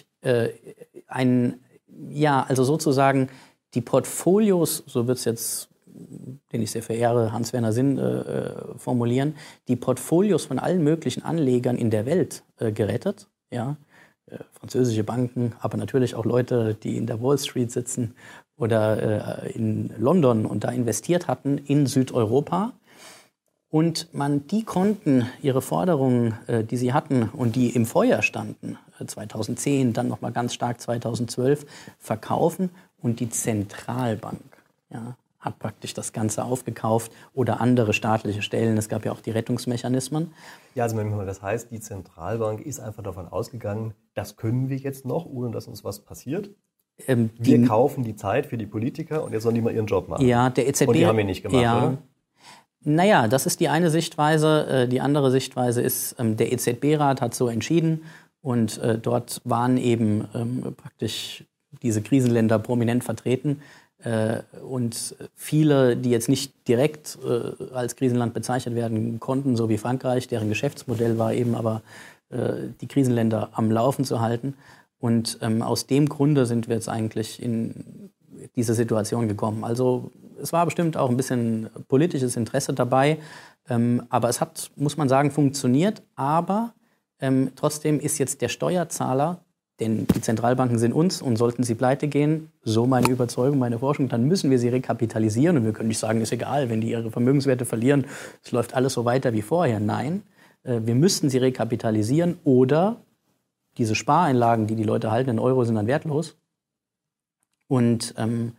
also sozusagen die Portfolios, so wird es jetzt, den ich sehr verehre, Hans-Werner Sinn formulieren, die Portfolios von allen möglichen Anlegern in der Welt gerettet. Ja? Französische Banken, aber natürlich auch Leute, die in der Wall Street sitzen oder in London und da investiert hatten in Südeuropa. Und die konnten ihre Forderungen, die sie hatten und die im Feuer standen, 2010, dann nochmal ganz stark 2012, verkaufen. Und die Zentralbank hat praktisch das Ganze aufgekauft oder andere staatliche Stellen. Es gab ja auch die Rettungsmechanismen. Ja, also das heißt, die Zentralbank ist einfach davon ausgegangen, das können wir jetzt noch, ohne dass uns was passiert. Wir kaufen die Zeit für die Politiker und jetzt sollen die mal ihren Job machen. Ja, der EZB... Und die haben ihn nicht gemacht, oder? Naja, das ist die eine Sichtweise. Die andere Sichtweise ist, der EZB-Rat hat so entschieden und dort waren eben praktisch diese Krisenländer prominent vertreten. Und viele, die jetzt nicht direkt als Krisenland bezeichnet werden konnten, so wie Frankreich, deren Geschäftsmodell war eben aber, die Krisenländer am Laufen zu halten. Und aus dem Grunde sind wir jetzt eigentlich in diese Situation gekommen. Also es war bestimmt auch ein bisschen politisches Interesse dabei, aber es hat, muss man sagen, funktioniert. Aber trotzdem ist jetzt der Steuerzahler, denn die Zentralbanken sind uns und sollten sie pleite gehen, so meine Überzeugung, meine Forschung, dann müssen wir sie rekapitalisieren. Und wir können nicht sagen, ist egal, wenn die ihre Vermögenswerte verlieren, es läuft alles so weiter wie vorher. Nein, wir müssten sie rekapitalisieren oder diese Spareinlagen, die Leute halten in Euro, sind dann wertlos. Und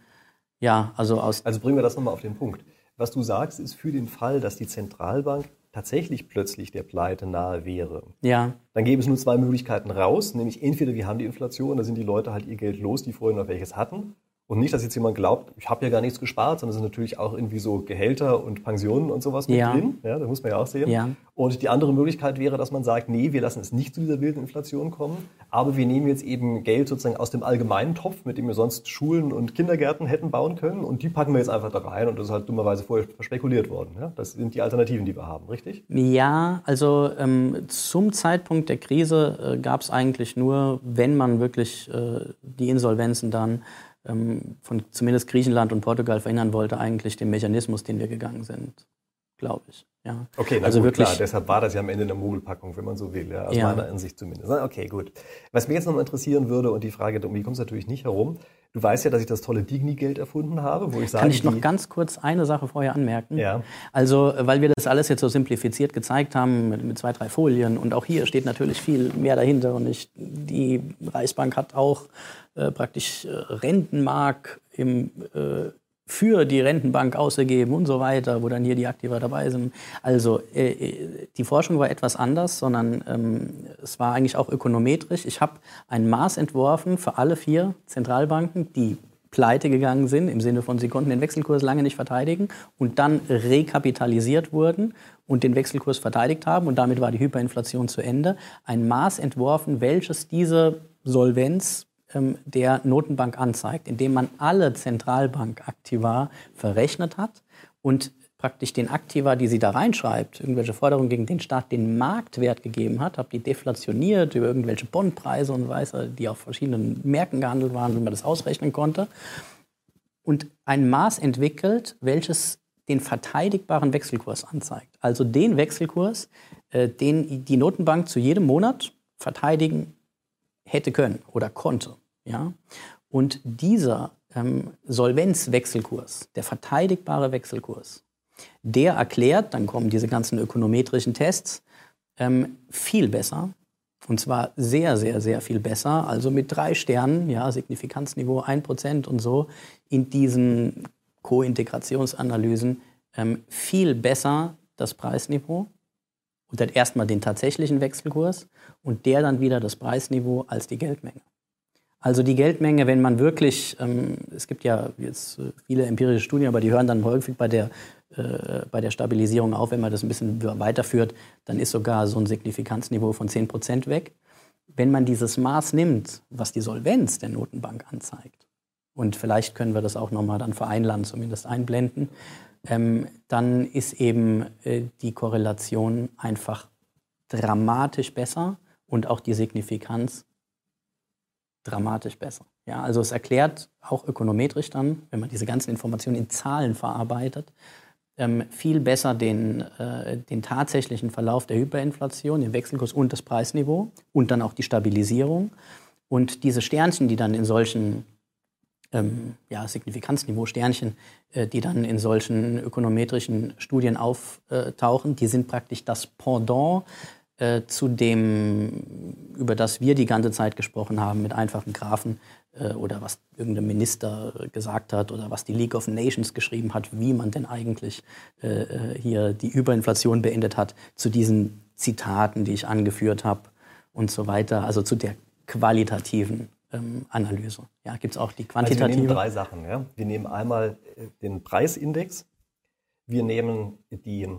Also bringen wir das nochmal auf den Punkt. Was du sagst, ist für den Fall, dass die Zentralbank tatsächlich plötzlich der Pleite nahe wäre. Ja. Dann gäbe es nur zwei Möglichkeiten raus, nämlich entweder wir haben die Inflation, da sind die Leute halt ihr Geld los, die vorher noch welches hatten. Und nicht, dass jetzt jemand glaubt, ich habe ja gar nichts gespart, sondern es sind natürlich auch irgendwie so Gehälter und Pensionen und sowas mit drin. Ja, das muss man ja auch sehen. Ja. Und die andere Möglichkeit wäre, dass man sagt, nee, wir lassen es nicht zu dieser wilden Inflation kommen, aber wir nehmen jetzt eben Geld sozusagen aus dem allgemeinen Topf, mit dem wir sonst Schulen und Kindergärten hätten bauen können, und die packen wir jetzt einfach da rein, und das ist halt dummerweise vorher verspekuliert worden. Ja? Das sind die Alternativen, die wir haben, richtig? Ja, also zum Zeitpunkt der Krise gab es eigentlich nur, wenn man wirklich die Insolvenzen dann von zumindest Griechenland und Portugal verhindern wollte, eigentlich den Mechanismus, den wir gegangen sind, glaube ich. Ja. Okay, also gut, wirklich, klar, deshalb war das ja am Ende eine Mogelpackung, wenn man so will, ja, aus meiner Ansicht zumindest. Okay, gut. Was mich jetzt noch interessieren würde, und die Frage, um die kommst du natürlich nicht herum, du weißt ja, dass ich das tolle Digni-Geld erfunden habe, wo ich sage... Kann ich noch ganz kurz eine Sache vorher anmerken? Ja. Also, weil wir das alles jetzt so simplifiziert gezeigt haben, mit 2, 3 Folien, und auch hier steht natürlich viel mehr dahinter, und die Reichsbank hat auch praktisch Rentenmark für die Rentenbank ausgegeben und so weiter, wo dann hier die Aktiva dabei sind. Also die Forschung war etwas anders, sondern es war eigentlich auch ökonometrisch. Ich habe ein Maß entworfen für alle 4 Zentralbanken, die pleite gegangen sind, im Sinne von, sie konnten den Wechselkurs lange nicht verteidigen und dann rekapitalisiert wurden und den Wechselkurs verteidigt haben, und damit war die Hyperinflation zu Ende. Ein Maß entworfen, welches diese Solvenz der Notenbank anzeigt, indem man alle Zentralbankaktiva verrechnet hat und praktisch den Aktiva, die sie da reinschreibt, irgendwelche Forderungen gegen den Staat, den Marktwert gegeben hat, habe die deflationiert über irgendwelche Bondpreise und Weise, die auf verschiedenen Märkten gehandelt waren, wie man das ausrechnen konnte, und ein Maß entwickelt, welches den verteidigbaren Wechselkurs anzeigt. Also den Wechselkurs, den die Notenbank zu jedem Monat verteidigen hätte können oder konnte. Ja? Und dieser Solvenzwechselkurs, der verteidigbare Wechselkurs, der erklärt, dann kommen diese ganzen ökonometrischen Tests, viel besser. Und zwar sehr, sehr, sehr viel besser. Also mit 3 Sternen, ja, Signifikanzniveau 1% und so, in diesen Kointegrationsanalysen viel besser das Preisniveau und dann erstmal den tatsächlichen Wechselkurs und der dann wieder das Preisniveau als die Geldmenge. Also die Geldmenge, wenn man wirklich, es gibt ja jetzt viele empirische Studien, aber die hören dann häufig bei der Stabilisierung auf. Wenn man das ein bisschen weiterführt, dann ist sogar so ein Signifikanzniveau von 10% weg. Wenn man dieses Maß nimmt, was die Solvenz der Notenbank anzeigt, und vielleicht können wir das auch nochmal dann für ein Land zumindest einblenden, dann ist eben die Korrelation einfach dramatisch besser und auch die Signifikanz dramatisch besser. Ja, also es erklärt auch ökonometrisch dann, wenn man diese ganzen Informationen in Zahlen verarbeitet, viel besser den tatsächlichen Verlauf der Hyperinflation, den Wechselkurs und das Preisniveau und dann auch die Stabilisierung. Und diese Sternchen, die dann in solchen Signifikanzniveau-Sternchen, die dann in solchen ökonometrischen Studien auftauchen, die sind praktisch das Pendant zu dem, über das wir die ganze Zeit gesprochen haben, mit einfachen Graphen oder was irgendein Minister gesagt hat oder was die League of Nations geschrieben hat, wie man denn eigentlich hier die Überinflation beendet hat, zu diesen Zitaten, die ich angeführt habe und so weiter, also zu der qualitativen Analyse. Ja, gibt es auch die quantitative. Also wir nehmen 3 Sachen. Ja? Wir nehmen einmal den Preisindex, wir nehmen die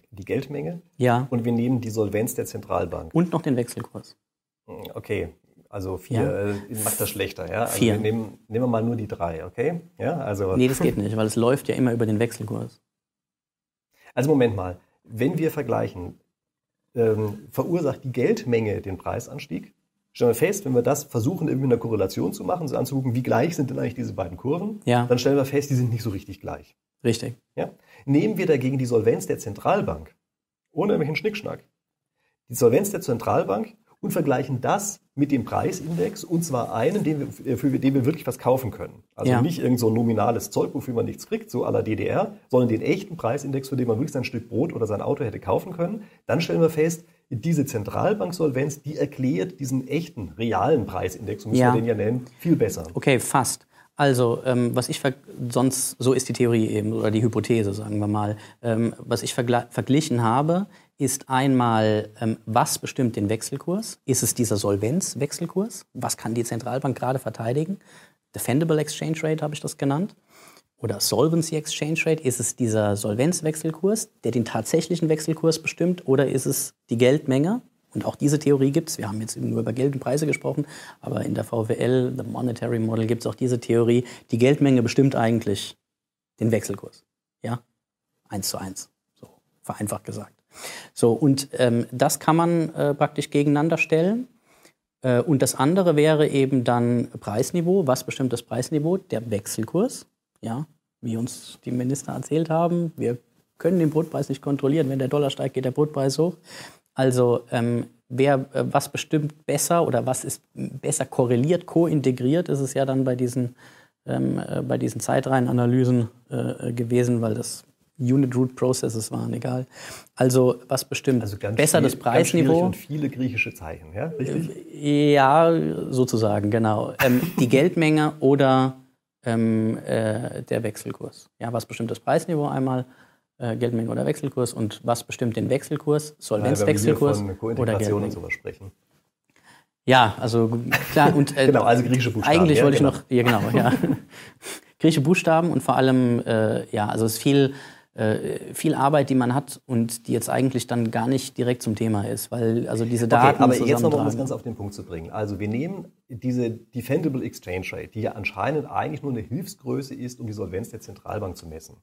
Geldmenge, ja, und wir nehmen die Solvenz der Zentralbank. Und noch den Wechselkurs. Okay, Also 4 macht das schlechter. Ja? Also 4. nehmen wir mal nur die 3, okay? Ja, also Nee, das geht nicht, weil es läuft ja immer über den Wechselkurs. Also Moment mal, wenn wir vergleichen, verursacht die Geldmenge den Preisanstieg? Stellen wir fest, wenn wir das versuchen, irgendwie eine Korrelation zu machen, so anzugucken, wie gleich sind denn eigentlich diese beiden Kurven, dann stellen wir fest, die sind nicht so richtig gleich. Richtig. Ja? Nehmen wir dagegen die Solvenz der Zentralbank, ohne irgendwelchen Schnickschnack, die Solvenz der Zentralbank und vergleichen das mit dem Preisindex, und zwar einen, für den wir wirklich was kaufen können. Also nicht irgend so ein nominales Zeug, wofür man nichts kriegt, so à la DDR, sondern den echten Preisindex, für den man wirklich sein Stück Brot oder sein Auto hätte kaufen können. Dann stellen wir fest, diese Zentralbanksolvenz, die erklärt diesen echten, realen Preisindex, so müssen wir den ja nennen, viel besser. Okay, fast. Also, sonst, so ist die Theorie eben, oder die Hypothese, sagen wir mal. Was ich verglichen habe, ist einmal, was bestimmt den Wechselkurs? Ist es dieser Solvenzwechselkurs? Was kann die Zentralbank gerade verteidigen? Defendable Exchange Rate habe ich das genannt. Oder Solvency Exchange Rate. Ist es dieser Solvenzwechselkurs, der den tatsächlichen Wechselkurs bestimmt? Oder ist es die Geldmenge? Und auch diese Theorie gibt es. Wir haben jetzt nur über Geld und Preise gesprochen, aber in der VWL, the Monetary Model, gibt es auch diese Theorie. Die Geldmenge bestimmt eigentlich den Wechselkurs. Ja, 1:1, so vereinfacht gesagt. So, und das kann man praktisch gegeneinander stellen. Und das andere wäre eben dann Preisniveau. Was bestimmt das Preisniveau? Der Wechselkurs. Ja, wie uns die Minister erzählt haben. Wir können den Brotpreis nicht kontrollieren. Wenn der Dollar steigt, geht der Brotpreis hoch. Also was bestimmt besser oder was ist besser korreliert, kointegriert, ist es ja dann bei diesen Zeitreihenanalysen gewesen, weil das Unit-Root-Processes waren, egal. Also was bestimmt besser das Preisniveau? Und viele griechische Zeichen, ja? Richtig? Ja, sozusagen, genau. Die Geldmenge oder der Wechselkurs. Ja, was bestimmt das Preisniveau einmal? Geldmenge oder Wechselkurs, und was bestimmt den Wechselkurs? Solvenzwechselkurs oder Kointegration und sowas sprechen. Ja, also klar. Und, genau, also griechische Buchstaben. Eigentlich wollte ich noch, griechische Buchstaben und vor allem, also es ist viel Arbeit, die man hat und die jetzt eigentlich dann gar nicht direkt zum Thema ist, weil also diese Daten aber jetzt nochmal, um das Ganze auf den Punkt zu bringen. Also wir nehmen diese Defendable Exchange Rate, die ja anscheinend eigentlich nur eine Hilfsgröße ist, um die Solvenz der Zentralbank zu messen.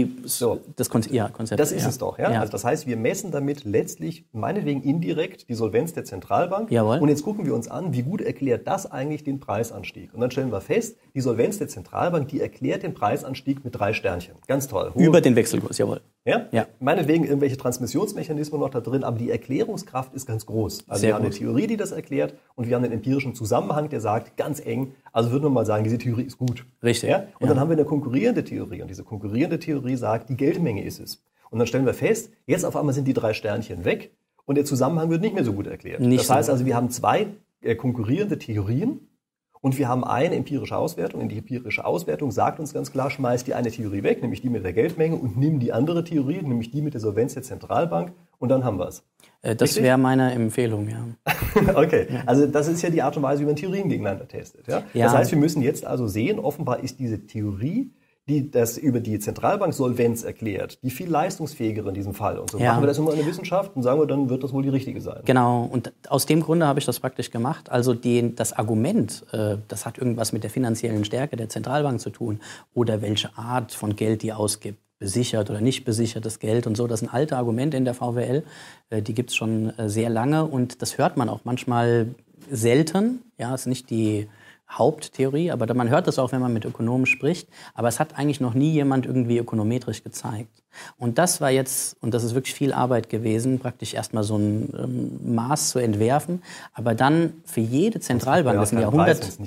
Das Konzept. Das ist es doch, ja? Also das heißt, wir messen damit letztlich, meinetwegen indirekt, die Solvenz der Zentralbank. Jawohl. Und jetzt gucken wir uns an, wie gut erklärt das eigentlich den Preisanstieg. Und dann stellen wir fest, die Solvenz der Zentralbank, die erklärt den Preisanstieg mit 3 Sternchen. Ganz toll. Über den Wechselkurs, jawohl. Ja? Meinetwegen irgendwelche Transmissionsmechanismen noch da drin, aber die Erklärungskraft ist ganz groß. Also wir haben eine Theorie, die das erklärt, und wir haben einen empirischen Zusammenhang, der sagt, ganz eng, also würde man mal sagen, diese Theorie ist gut. Richtig. Ja? Und dann haben wir eine konkurrierende Theorie, und diese konkurrierende Theorie sagt, die Geldmenge ist es. Und dann stellen wir fest, jetzt auf einmal sind die 3 Sternchen weg und der Zusammenhang wird nicht mehr so gut erklärt. Das heißt also, wir haben 2 konkurrierende Theorien. Und wir haben eine empirische Auswertung. Und die empirische Auswertung sagt uns ganz klar, schmeiß die eine Theorie weg, nämlich die mit der Geldmenge, und nimm die andere Theorie, nämlich die mit der Solvenz der Zentralbank, und dann haben wir es. Das wäre meine Empfehlung, ja. Okay, also das ist ja die Art und Weise, wie man Theorien gegeneinander testet. Ja? Das heißt, wir müssen jetzt also sehen, offenbar ist diese Theorie, die das über die Zentralbank-Solvenz erklärt, die viel leistungsfähigere in diesem Fall. Und so machen wir das immer in der Wissenschaft und sagen wir, dann wird das wohl die richtige sein. Genau, und aus dem Grunde habe ich das praktisch gemacht. Also das Argument, das hat irgendwas mit der finanziellen Stärke der Zentralbank zu tun oder welche Art von Geld die ausgibt, besichert oder nicht besichertes Geld und so. Das sind alte Argumente in der VWL, die gibt es schon sehr lange, und das hört man auch manchmal selten. Ja, ist nicht die Haupttheorie, aber man hört das auch, wenn man mit Ökonomen spricht, aber es hat eigentlich noch nie jemand irgendwie ökonometrisch gezeigt. Und das war jetzt, und das ist wirklich viel Arbeit gewesen, praktisch erstmal so ein Maß zu entwerfen, aber dann für jede Zentralbank, das sind ja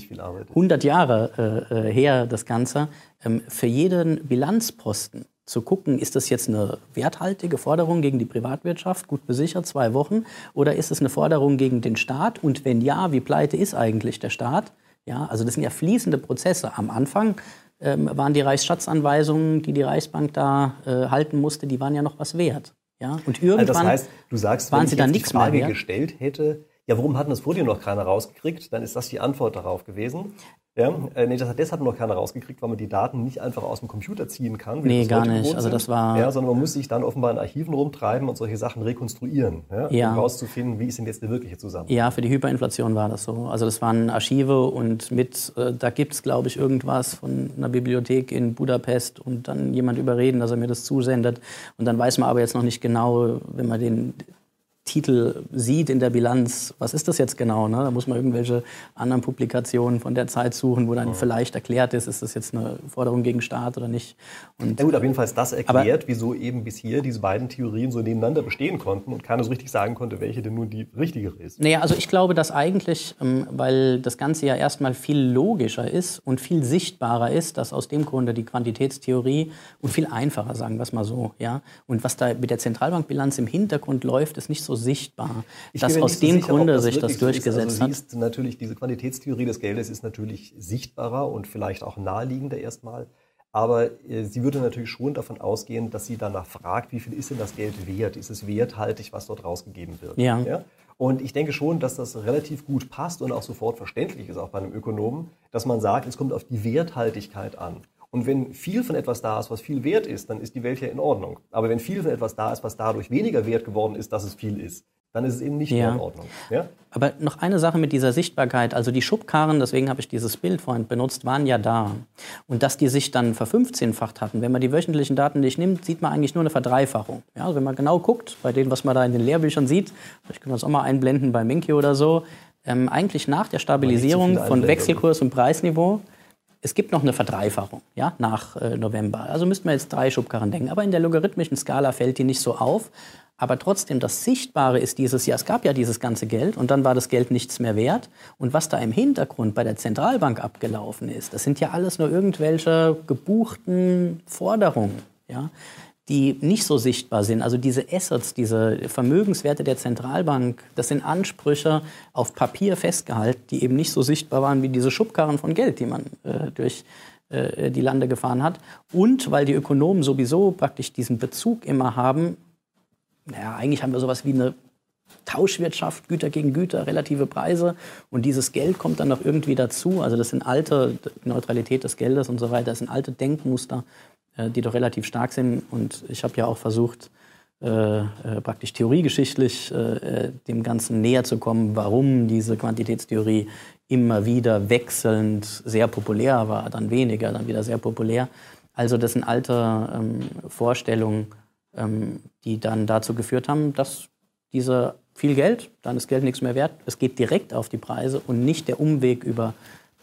100 Jahre her das Ganze, für jeden Bilanzposten zu gucken, ist das jetzt eine werthaltige Forderung gegen die Privatwirtschaft, gut besichert, 2 Wochen, oder ist es eine Forderung gegen den Staat, und wenn ja, wie pleite ist eigentlich der Staat? Ja, also das sind ja fließende Prozesse. Am Anfang waren die Reichsschatzanweisungen, die Reichsbank da halten musste, die waren ja noch was wert. Ja? Und irgendwann das heißt, du sagst, waren wenn sie ich dann jetzt nichts die Frage mehr gestellt hätte, ja, warum hat das vor dir noch keiner rausgekriegt, dann ist das die Antwort darauf gewesen. Ja, das hat noch keiner rausgekriegt, weil man die Daten nicht einfach aus dem Computer ziehen kann. Nee, gar nicht. Also das war... Ja, sondern man muss sich dann offenbar in Archiven rumtreiben und solche Sachen rekonstruieren, um rauszufinden, wie ist denn jetzt der wirkliche Zusammenhang. Ja, für die Hyperinflation war das so. Also das waren Archive und da gibt es, glaube ich, irgendwas von einer Bibliothek in Budapest und dann jemand überreden, dass er mir das zusendet. Und dann weiß man aber jetzt noch nicht genau, wenn man den Titel sieht in der Bilanz, was ist das jetzt genau? Ne? Da muss man irgendwelche anderen Publikationen von der Zeit suchen, wo dann vielleicht erklärt ist das jetzt eine Forderung gegen Staat oder nicht. Und ja gut, auf jeden Fall ist das erklärt, wieso eben bis hier diese beiden Theorien so nebeneinander bestehen konnten und keiner so richtig sagen konnte, welche denn nun die richtigere ist. Naja, also ich glaube, dass eigentlich, weil das Ganze ja erstmal viel logischer ist und viel sichtbarer ist, dass aus dem Grunde die Quantitätstheorie und viel einfacher, sagen wir es mal so, ja. Und was da mit der Zentralbankbilanz im Hintergrund läuft, ist nicht so sichtbar, dass aus dem Grunde sich das durchgesetzt hat. Also siehst natürlich, diese Quantitätstheorie des Geldes ist natürlich sichtbarer und vielleicht auch naheliegender erstmal. Aber sie würde natürlich schon davon ausgehen, dass sie danach fragt, wie viel ist denn das Geld wert? Ist es werthaltig, was dort rausgegeben wird? Ja. Und ich denke schon, dass das relativ gut passt und auch sofort verständlich ist, auch bei einem Ökonomen, dass man sagt, es kommt auf die Werthaltigkeit an. Und wenn viel von etwas da ist, was viel wert ist, dann ist die Welt ja in Ordnung. Aber wenn viel von etwas da ist, was dadurch weniger wert geworden ist, dass es viel ist, dann ist es eben nicht mehr in Ordnung. Ja? Aber noch eine Sache mit dieser Sichtbarkeit. Also die Schubkarren, deswegen habe ich dieses Bild vorhin benutzt, waren ja da. Und dass die sich dann verfünfzehnfacht hatten. Wenn man die wöchentlichen Daten nicht nimmt, sieht man eigentlich nur eine Verdreifachung. Ja, also wenn man genau guckt, bei dem, was man da in den Lehrbüchern sieht, vielleicht können wir das auch mal einblenden bei Menkyo oder so, eigentlich nach der Stabilisierung von Wechselkurs und Preisniveau, es gibt noch eine Verdreifachung, ja, nach November. Also müssten wir jetzt 3 Schubkarren denken. Aber in der logarithmischen Skala fällt die nicht so auf. Aber trotzdem, das Sichtbare ist dieses, ja, es gab ja dieses ganze Geld und dann war das Geld nichts mehr wert. Und was da im Hintergrund bei der Zentralbank abgelaufen ist, das sind ja alles nur irgendwelche gebuchten Forderungen, ja, die nicht so sichtbar sind. Also diese Assets, diese Vermögenswerte der Zentralbank, das sind Ansprüche auf Papier festgehalten, die eben nicht so sichtbar waren wie diese Schubkarren von Geld, die man durch die Lande gefahren hat. Und weil die Ökonomen sowieso praktisch diesen Bezug immer haben, naja, eigentlich haben wir sowas wie eine Tauschwirtschaft, Güter gegen Güter, relative Preise. Und dieses Geld kommt dann noch irgendwie dazu. Also das sind alte, Neutralität des Geldes und so weiter, das sind alte Denkmuster, die doch relativ stark sind. Und ich habe ja auch versucht, praktisch theoriegeschichtlich dem Ganzen näher zu kommen, warum diese Quantitätstheorie immer wieder wechselnd sehr populär war, dann weniger, dann wieder sehr populär. Also das sind alte Vorstellungen, die dann dazu geführt haben, dass diese viel Geld, dann ist Geld nichts mehr wert, es geht direkt auf die Preise und nicht der Umweg über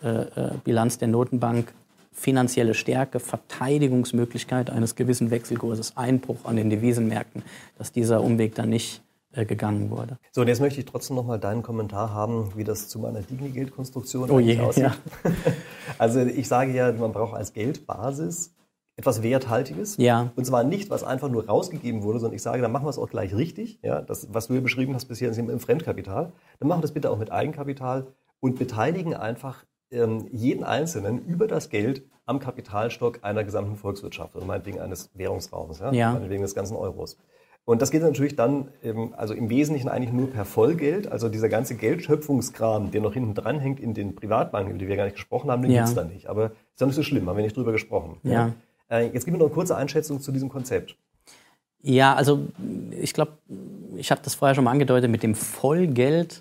Bilanz der Notenbank, finanzielle Stärke, Verteidigungsmöglichkeit eines gewissen Wechselkurses, Einbruch an den Devisenmärkten, dass dieser Umweg dann nicht gegangen wurde. So, und jetzt möchte ich trotzdem noch mal deinen Kommentar haben, wie das zu meiner Digni-Geldkonstruktion aussieht. Ja. Also ich sage ja, man braucht als Geldbasis etwas Werthaltiges. Ja. Und zwar nicht, was einfach nur rausgegeben wurde, sondern ich sage, dann machen wir es auch gleich richtig. Ja, das, was du hier beschrieben hast bisher, ist im Fremdkapital. Dann machen wir das bitte auch mit Eigenkapital und beteiligen einfach jeden Einzelnen über das Geld am Kapitalstock einer gesamten Volkswirtschaft oder meinetwegen eines Währungsraums, meinetwegen des ganzen Euros. Und das geht natürlich dann, also im Wesentlichen eigentlich nur per Vollgeld. Also dieser ganze Geldschöpfungskram, der noch hinten dran hängt in den Privatbanken, über die wir gar nicht gesprochen haben, den gibt's da nicht. Aber ist ja nicht so schlimm, haben wir nicht drüber gesprochen. Ja. Jetzt gib mir noch eine kurze Einschätzung zu diesem Konzept. Ja, also ich glaube, ich habe das vorher schon mal angedeutet mit dem Vollgeld.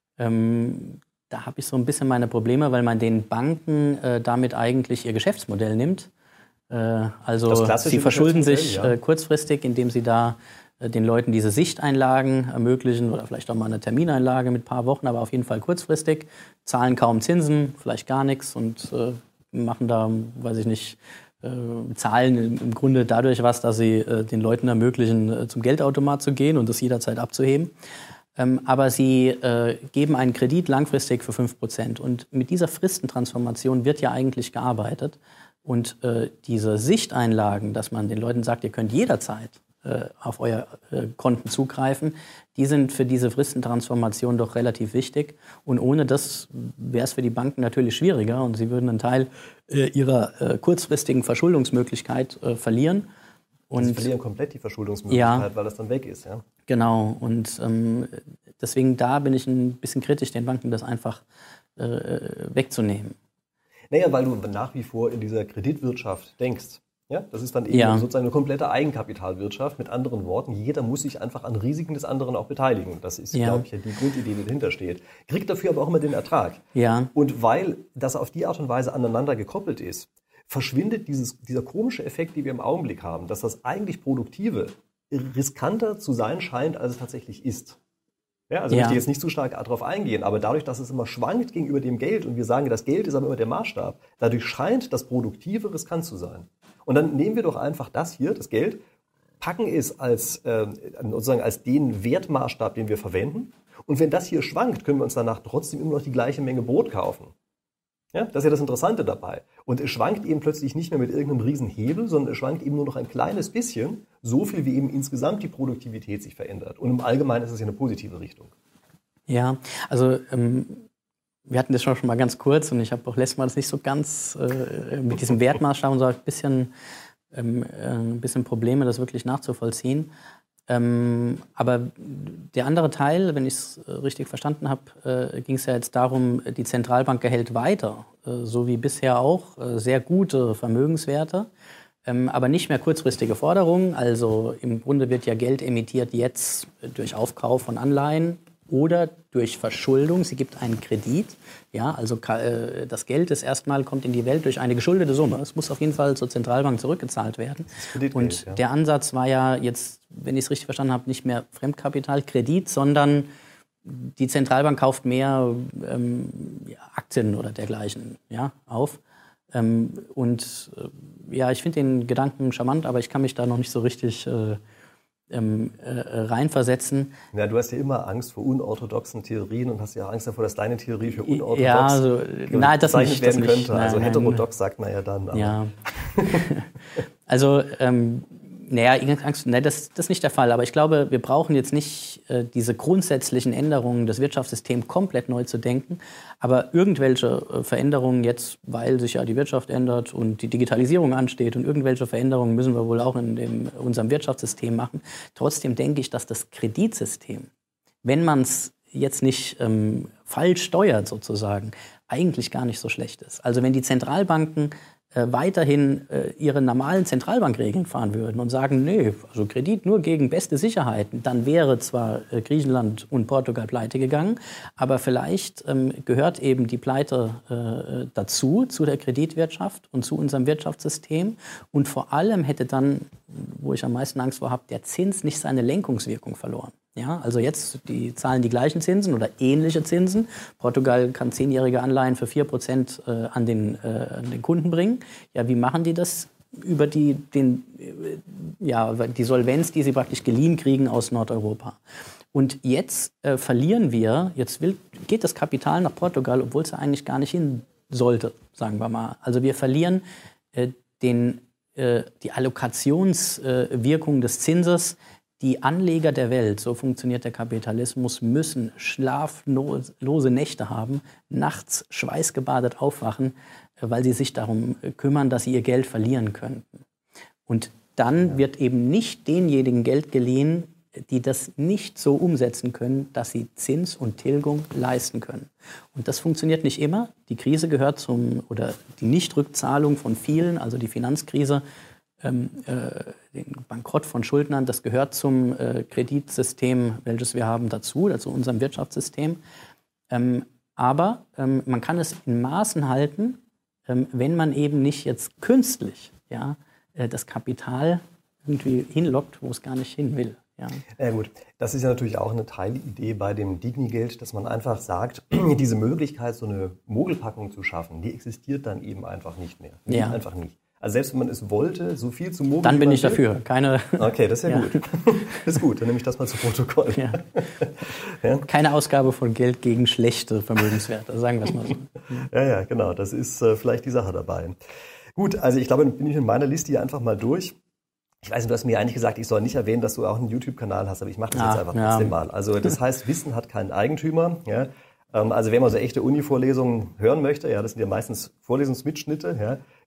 Da habe ich so ein bisschen meine Probleme, weil man den Banken damit eigentlich ihr Geschäftsmodell nimmt. Also sie verschulden sich kurzfristig, indem sie da den Leuten diese Sichteinlagen ermöglichen oder vielleicht auch mal eine Termineinlage mit ein paar Wochen, aber auf jeden Fall kurzfristig, zahlen kaum Zinsen, vielleicht gar nichts und machen da, weiß ich nicht, zahlen im Grunde dadurch was, dass sie den Leuten ermöglichen, zum Geldautomat zu gehen und das jederzeit abzuheben. Aber sie geben einen Kredit langfristig für 5%. Und mit dieser Fristentransformation wird ja eigentlich gearbeitet. Und diese Sichteinlagen, dass man den Leuten sagt, ihr könnt jederzeit auf euer Konten zugreifen, die sind für diese Fristentransformation doch relativ wichtig. Und ohne das wäre es für die Banken natürlich schwieriger und sie würden einen Teil ihrer kurzfristigen Verschuldungsmöglichkeit verlieren. Und sie verlieren komplett die Verschuldungsmöglichkeit, weil das dann weg ist. Ja? Genau. Und deswegen da bin ich ein bisschen kritisch, den Banken das einfach wegzunehmen. Naja, weil du nach wie vor in dieser Kreditwirtschaft denkst. Ja, das ist dann eben sozusagen eine komplette Eigenkapitalwirtschaft. Mit anderen Worten, jeder muss sich einfach an Risiken des anderen auch beteiligen. Das ist, glaube ich, ja die Grundidee, die dahinter steht. Kriegt dafür aber auch immer den Ertrag. Ja. Und weil das auf die Art und Weise aneinander gekoppelt ist, verschwindet dieser komische Effekt, den wir im Augenblick haben, dass das eigentlich Produktive riskanter zu sein scheint, als es tatsächlich ist. Ja, also möchte ich jetzt nicht zu stark darauf eingehen, aber dadurch, dass es immer schwankt gegenüber dem Geld und wir sagen, das Geld ist aber immer der Maßstab, dadurch scheint das Produktive riskant zu sein. Und dann nehmen wir doch einfach das hier, das Geld, packen es als sozusagen als den Wertmaßstab, den wir verwenden. Und wenn das hier schwankt, können wir uns danach trotzdem immer noch die gleiche Menge Brot kaufen. Ja, das ist ja das Interessante dabei. Und es schwankt eben plötzlich nicht mehr mit irgendeinem riesen Hebel, sondern es schwankt eben nur noch ein kleines bisschen, so viel wie eben insgesamt die Produktivität sich verändert. Und im Allgemeinen ist es ja eine positive Richtung. Ja, also wir hatten das schon mal ganz kurz und ich habe auch letztes Mal das nicht so ganz mit diesem Wertmaßstab und so ein bisschen Probleme, das wirklich nachzuvollziehen. Aber der andere Teil, wenn ich es richtig verstanden habe, ging es ja jetzt darum, die Zentralbank erhält weiter, so wie bisher auch, sehr gute Vermögenswerte, aber nicht mehr kurzfristige Forderungen. Also im Grunde wird ja Geld emittiert jetzt durch Aufkauf von Anleihen oder durch Verschuldung. Sie gibt einen Kredit. Ja, also das Geld kommt in die Welt durch eine geschuldete Summe. Es muss auf jeden Fall zur Zentralbank zurückgezahlt werden. Und der Ansatz war ja jetzt, wenn ich es richtig verstanden habe, nicht mehr Fremdkapital, Kredit, sondern die Zentralbank kauft mehr Aktien oder dergleichen auf. Ich finde den Gedanken charmant, aber ich kann mich da noch nicht so richtig reinversetzen. Ja, du hast ja immer Angst vor unorthodoxen Theorien und hast ja auch Angst davor, dass deine Theorie für unorthodox bezeichnet werden könnte. Also heterodox sagt man ja dann. Aber. Ja. Also, Angst, das ist nicht der Fall. Aber ich glaube, wir brauchen jetzt nicht diese grundsätzlichen Änderungen des Wirtschaftssystems komplett neu zu denken. Aber irgendwelche Veränderungen jetzt, weil sich ja die Wirtschaft ändert und die Digitalisierung ansteht und irgendwelche Veränderungen müssen wir wohl auch in unserem Wirtschaftssystem machen. Trotzdem denke ich, dass das Kreditsystem, wenn man es jetzt nicht falsch steuert sozusagen, eigentlich gar nicht so schlecht ist. Also wenn die Zentralbanken weiterhin ihre normalen Zentralbankregeln fahren würden und sagen, nee, also Kredit nur gegen beste Sicherheiten, dann wäre zwar Griechenland und Portugal pleite gegangen, aber vielleicht gehört eben die Pleite dazu, zu der Kreditwirtschaft und zu unserem Wirtschaftssystem. Und vor allem hätte dann, wo ich am meisten Angst vor habe, der Zins nicht seine Lenkungswirkung verloren. Ja, also jetzt, die zahlen die gleichen Zinsen oder ähnliche Zinsen. Portugal kann 10-jährige Anleihen für 4% an den Kunden bringen. Ja, wie machen die das? Über die Solvenz, die sie praktisch geliehen kriegen aus Nordeuropa. Und jetzt geht das Kapital nach Portugal, obwohl es ja eigentlich gar nicht hin sollte, sagen wir mal. Also wir verlieren die Allokationswirkung des Zinses. Die Anleger der Welt, so funktioniert der Kapitalismus, müssen schlaflose Nächte haben, nachts schweißgebadet aufwachen, weil sie sich darum kümmern, dass sie ihr Geld verlieren könnten. Und dann wird eben nicht denjenigen Geld geliehen, die das nicht so umsetzen können, dass sie Zins und Tilgung leisten können. Und das funktioniert nicht immer. Die Krise gehört oder die Nichtrückzahlung von vielen, also die Finanzkrise, den Bankrott von Schuldnern, das gehört zum Kreditsystem, welches wir haben, dazu unserem Wirtschaftssystem. Aber man kann es in Maßen halten, wenn man eben nicht jetzt künstlich das Kapital irgendwie hinlockt, wo es gar nicht hin will. Ja gut, das ist ja natürlich auch eine Teilidee bei dem Digni-Geld, dass man einfach sagt, diese Möglichkeit, so eine Mogelpackung zu schaffen, die existiert dann eben einfach nicht mehr. Einfach nicht. Also selbst wenn man es wollte, so viel zu mogeln. Dann bin ich dafür. Okay, das ist ja gut. Das ist gut, dann nehme ich das mal zu Protokoll. Ja. Ja? Keine Ausgabe von Geld gegen schlechte Vermögenswerte, sagen wir es mal so. Ja, genau, das ist vielleicht die Sache dabei. Gut, also ich glaube, dann bin ich in meiner Liste hier einfach mal durch. Ich weiß nicht, du hast mir eigentlich gesagt, ich soll nicht erwähnen, dass du auch einen YouTube-Kanal hast, aber ich mache das jetzt einfach trotzdem mal. Also das heißt, Wissen hat keinen Eigentümer. Ja? Also wenn man so echte Uni-Vorlesungen hören möchte, das sind ja meistens Vorlesungsmitschnitte,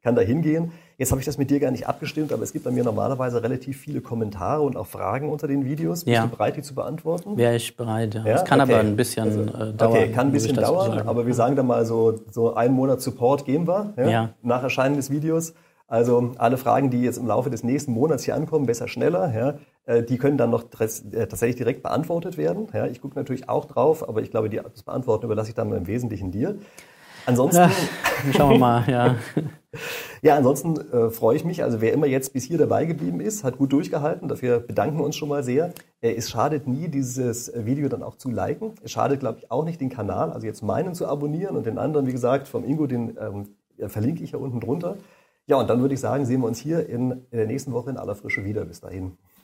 kann da hingehen. Jetzt habe ich das mit dir gar nicht abgestimmt, aber es gibt bei mir normalerweise relativ viele Kommentare und auch Fragen unter den Videos. Bist du bereit, die zu beantworten? Wäre ich bereit, ja. Ja? Das kann aber Okay. ein bisschen dauern. Okay, kann ein bisschen dauern, aber wir sagen dann mal so einen Monat Support geben wir, Ja. nach Erscheinen des Videos. Also alle Fragen, die jetzt im Laufe des nächsten Monats hier ankommen, besser schneller, die können dann noch tatsächlich direkt beantwortet werden. Ja, ich gucke natürlich auch drauf, aber ich glaube, das Beantworten überlasse ich dann im Wesentlichen dir. Ansonsten schauen wir mal, ja. Ja, ansonsten freue ich mich. Also wer immer jetzt bis hier dabei geblieben ist, hat gut durchgehalten. Dafür bedanken wir uns schon mal sehr. Es schadet nie, dieses Video dann auch zu liken. Es schadet, glaube ich, auch nicht, den Kanal, also jetzt meinen zu abonnieren und den anderen, wie gesagt, vom Ingo, den verlinke ich ja unten drunter. Ja, und dann würde ich sagen, sehen wir uns hier in der nächsten Woche in aller Frische wieder. Bis dahin.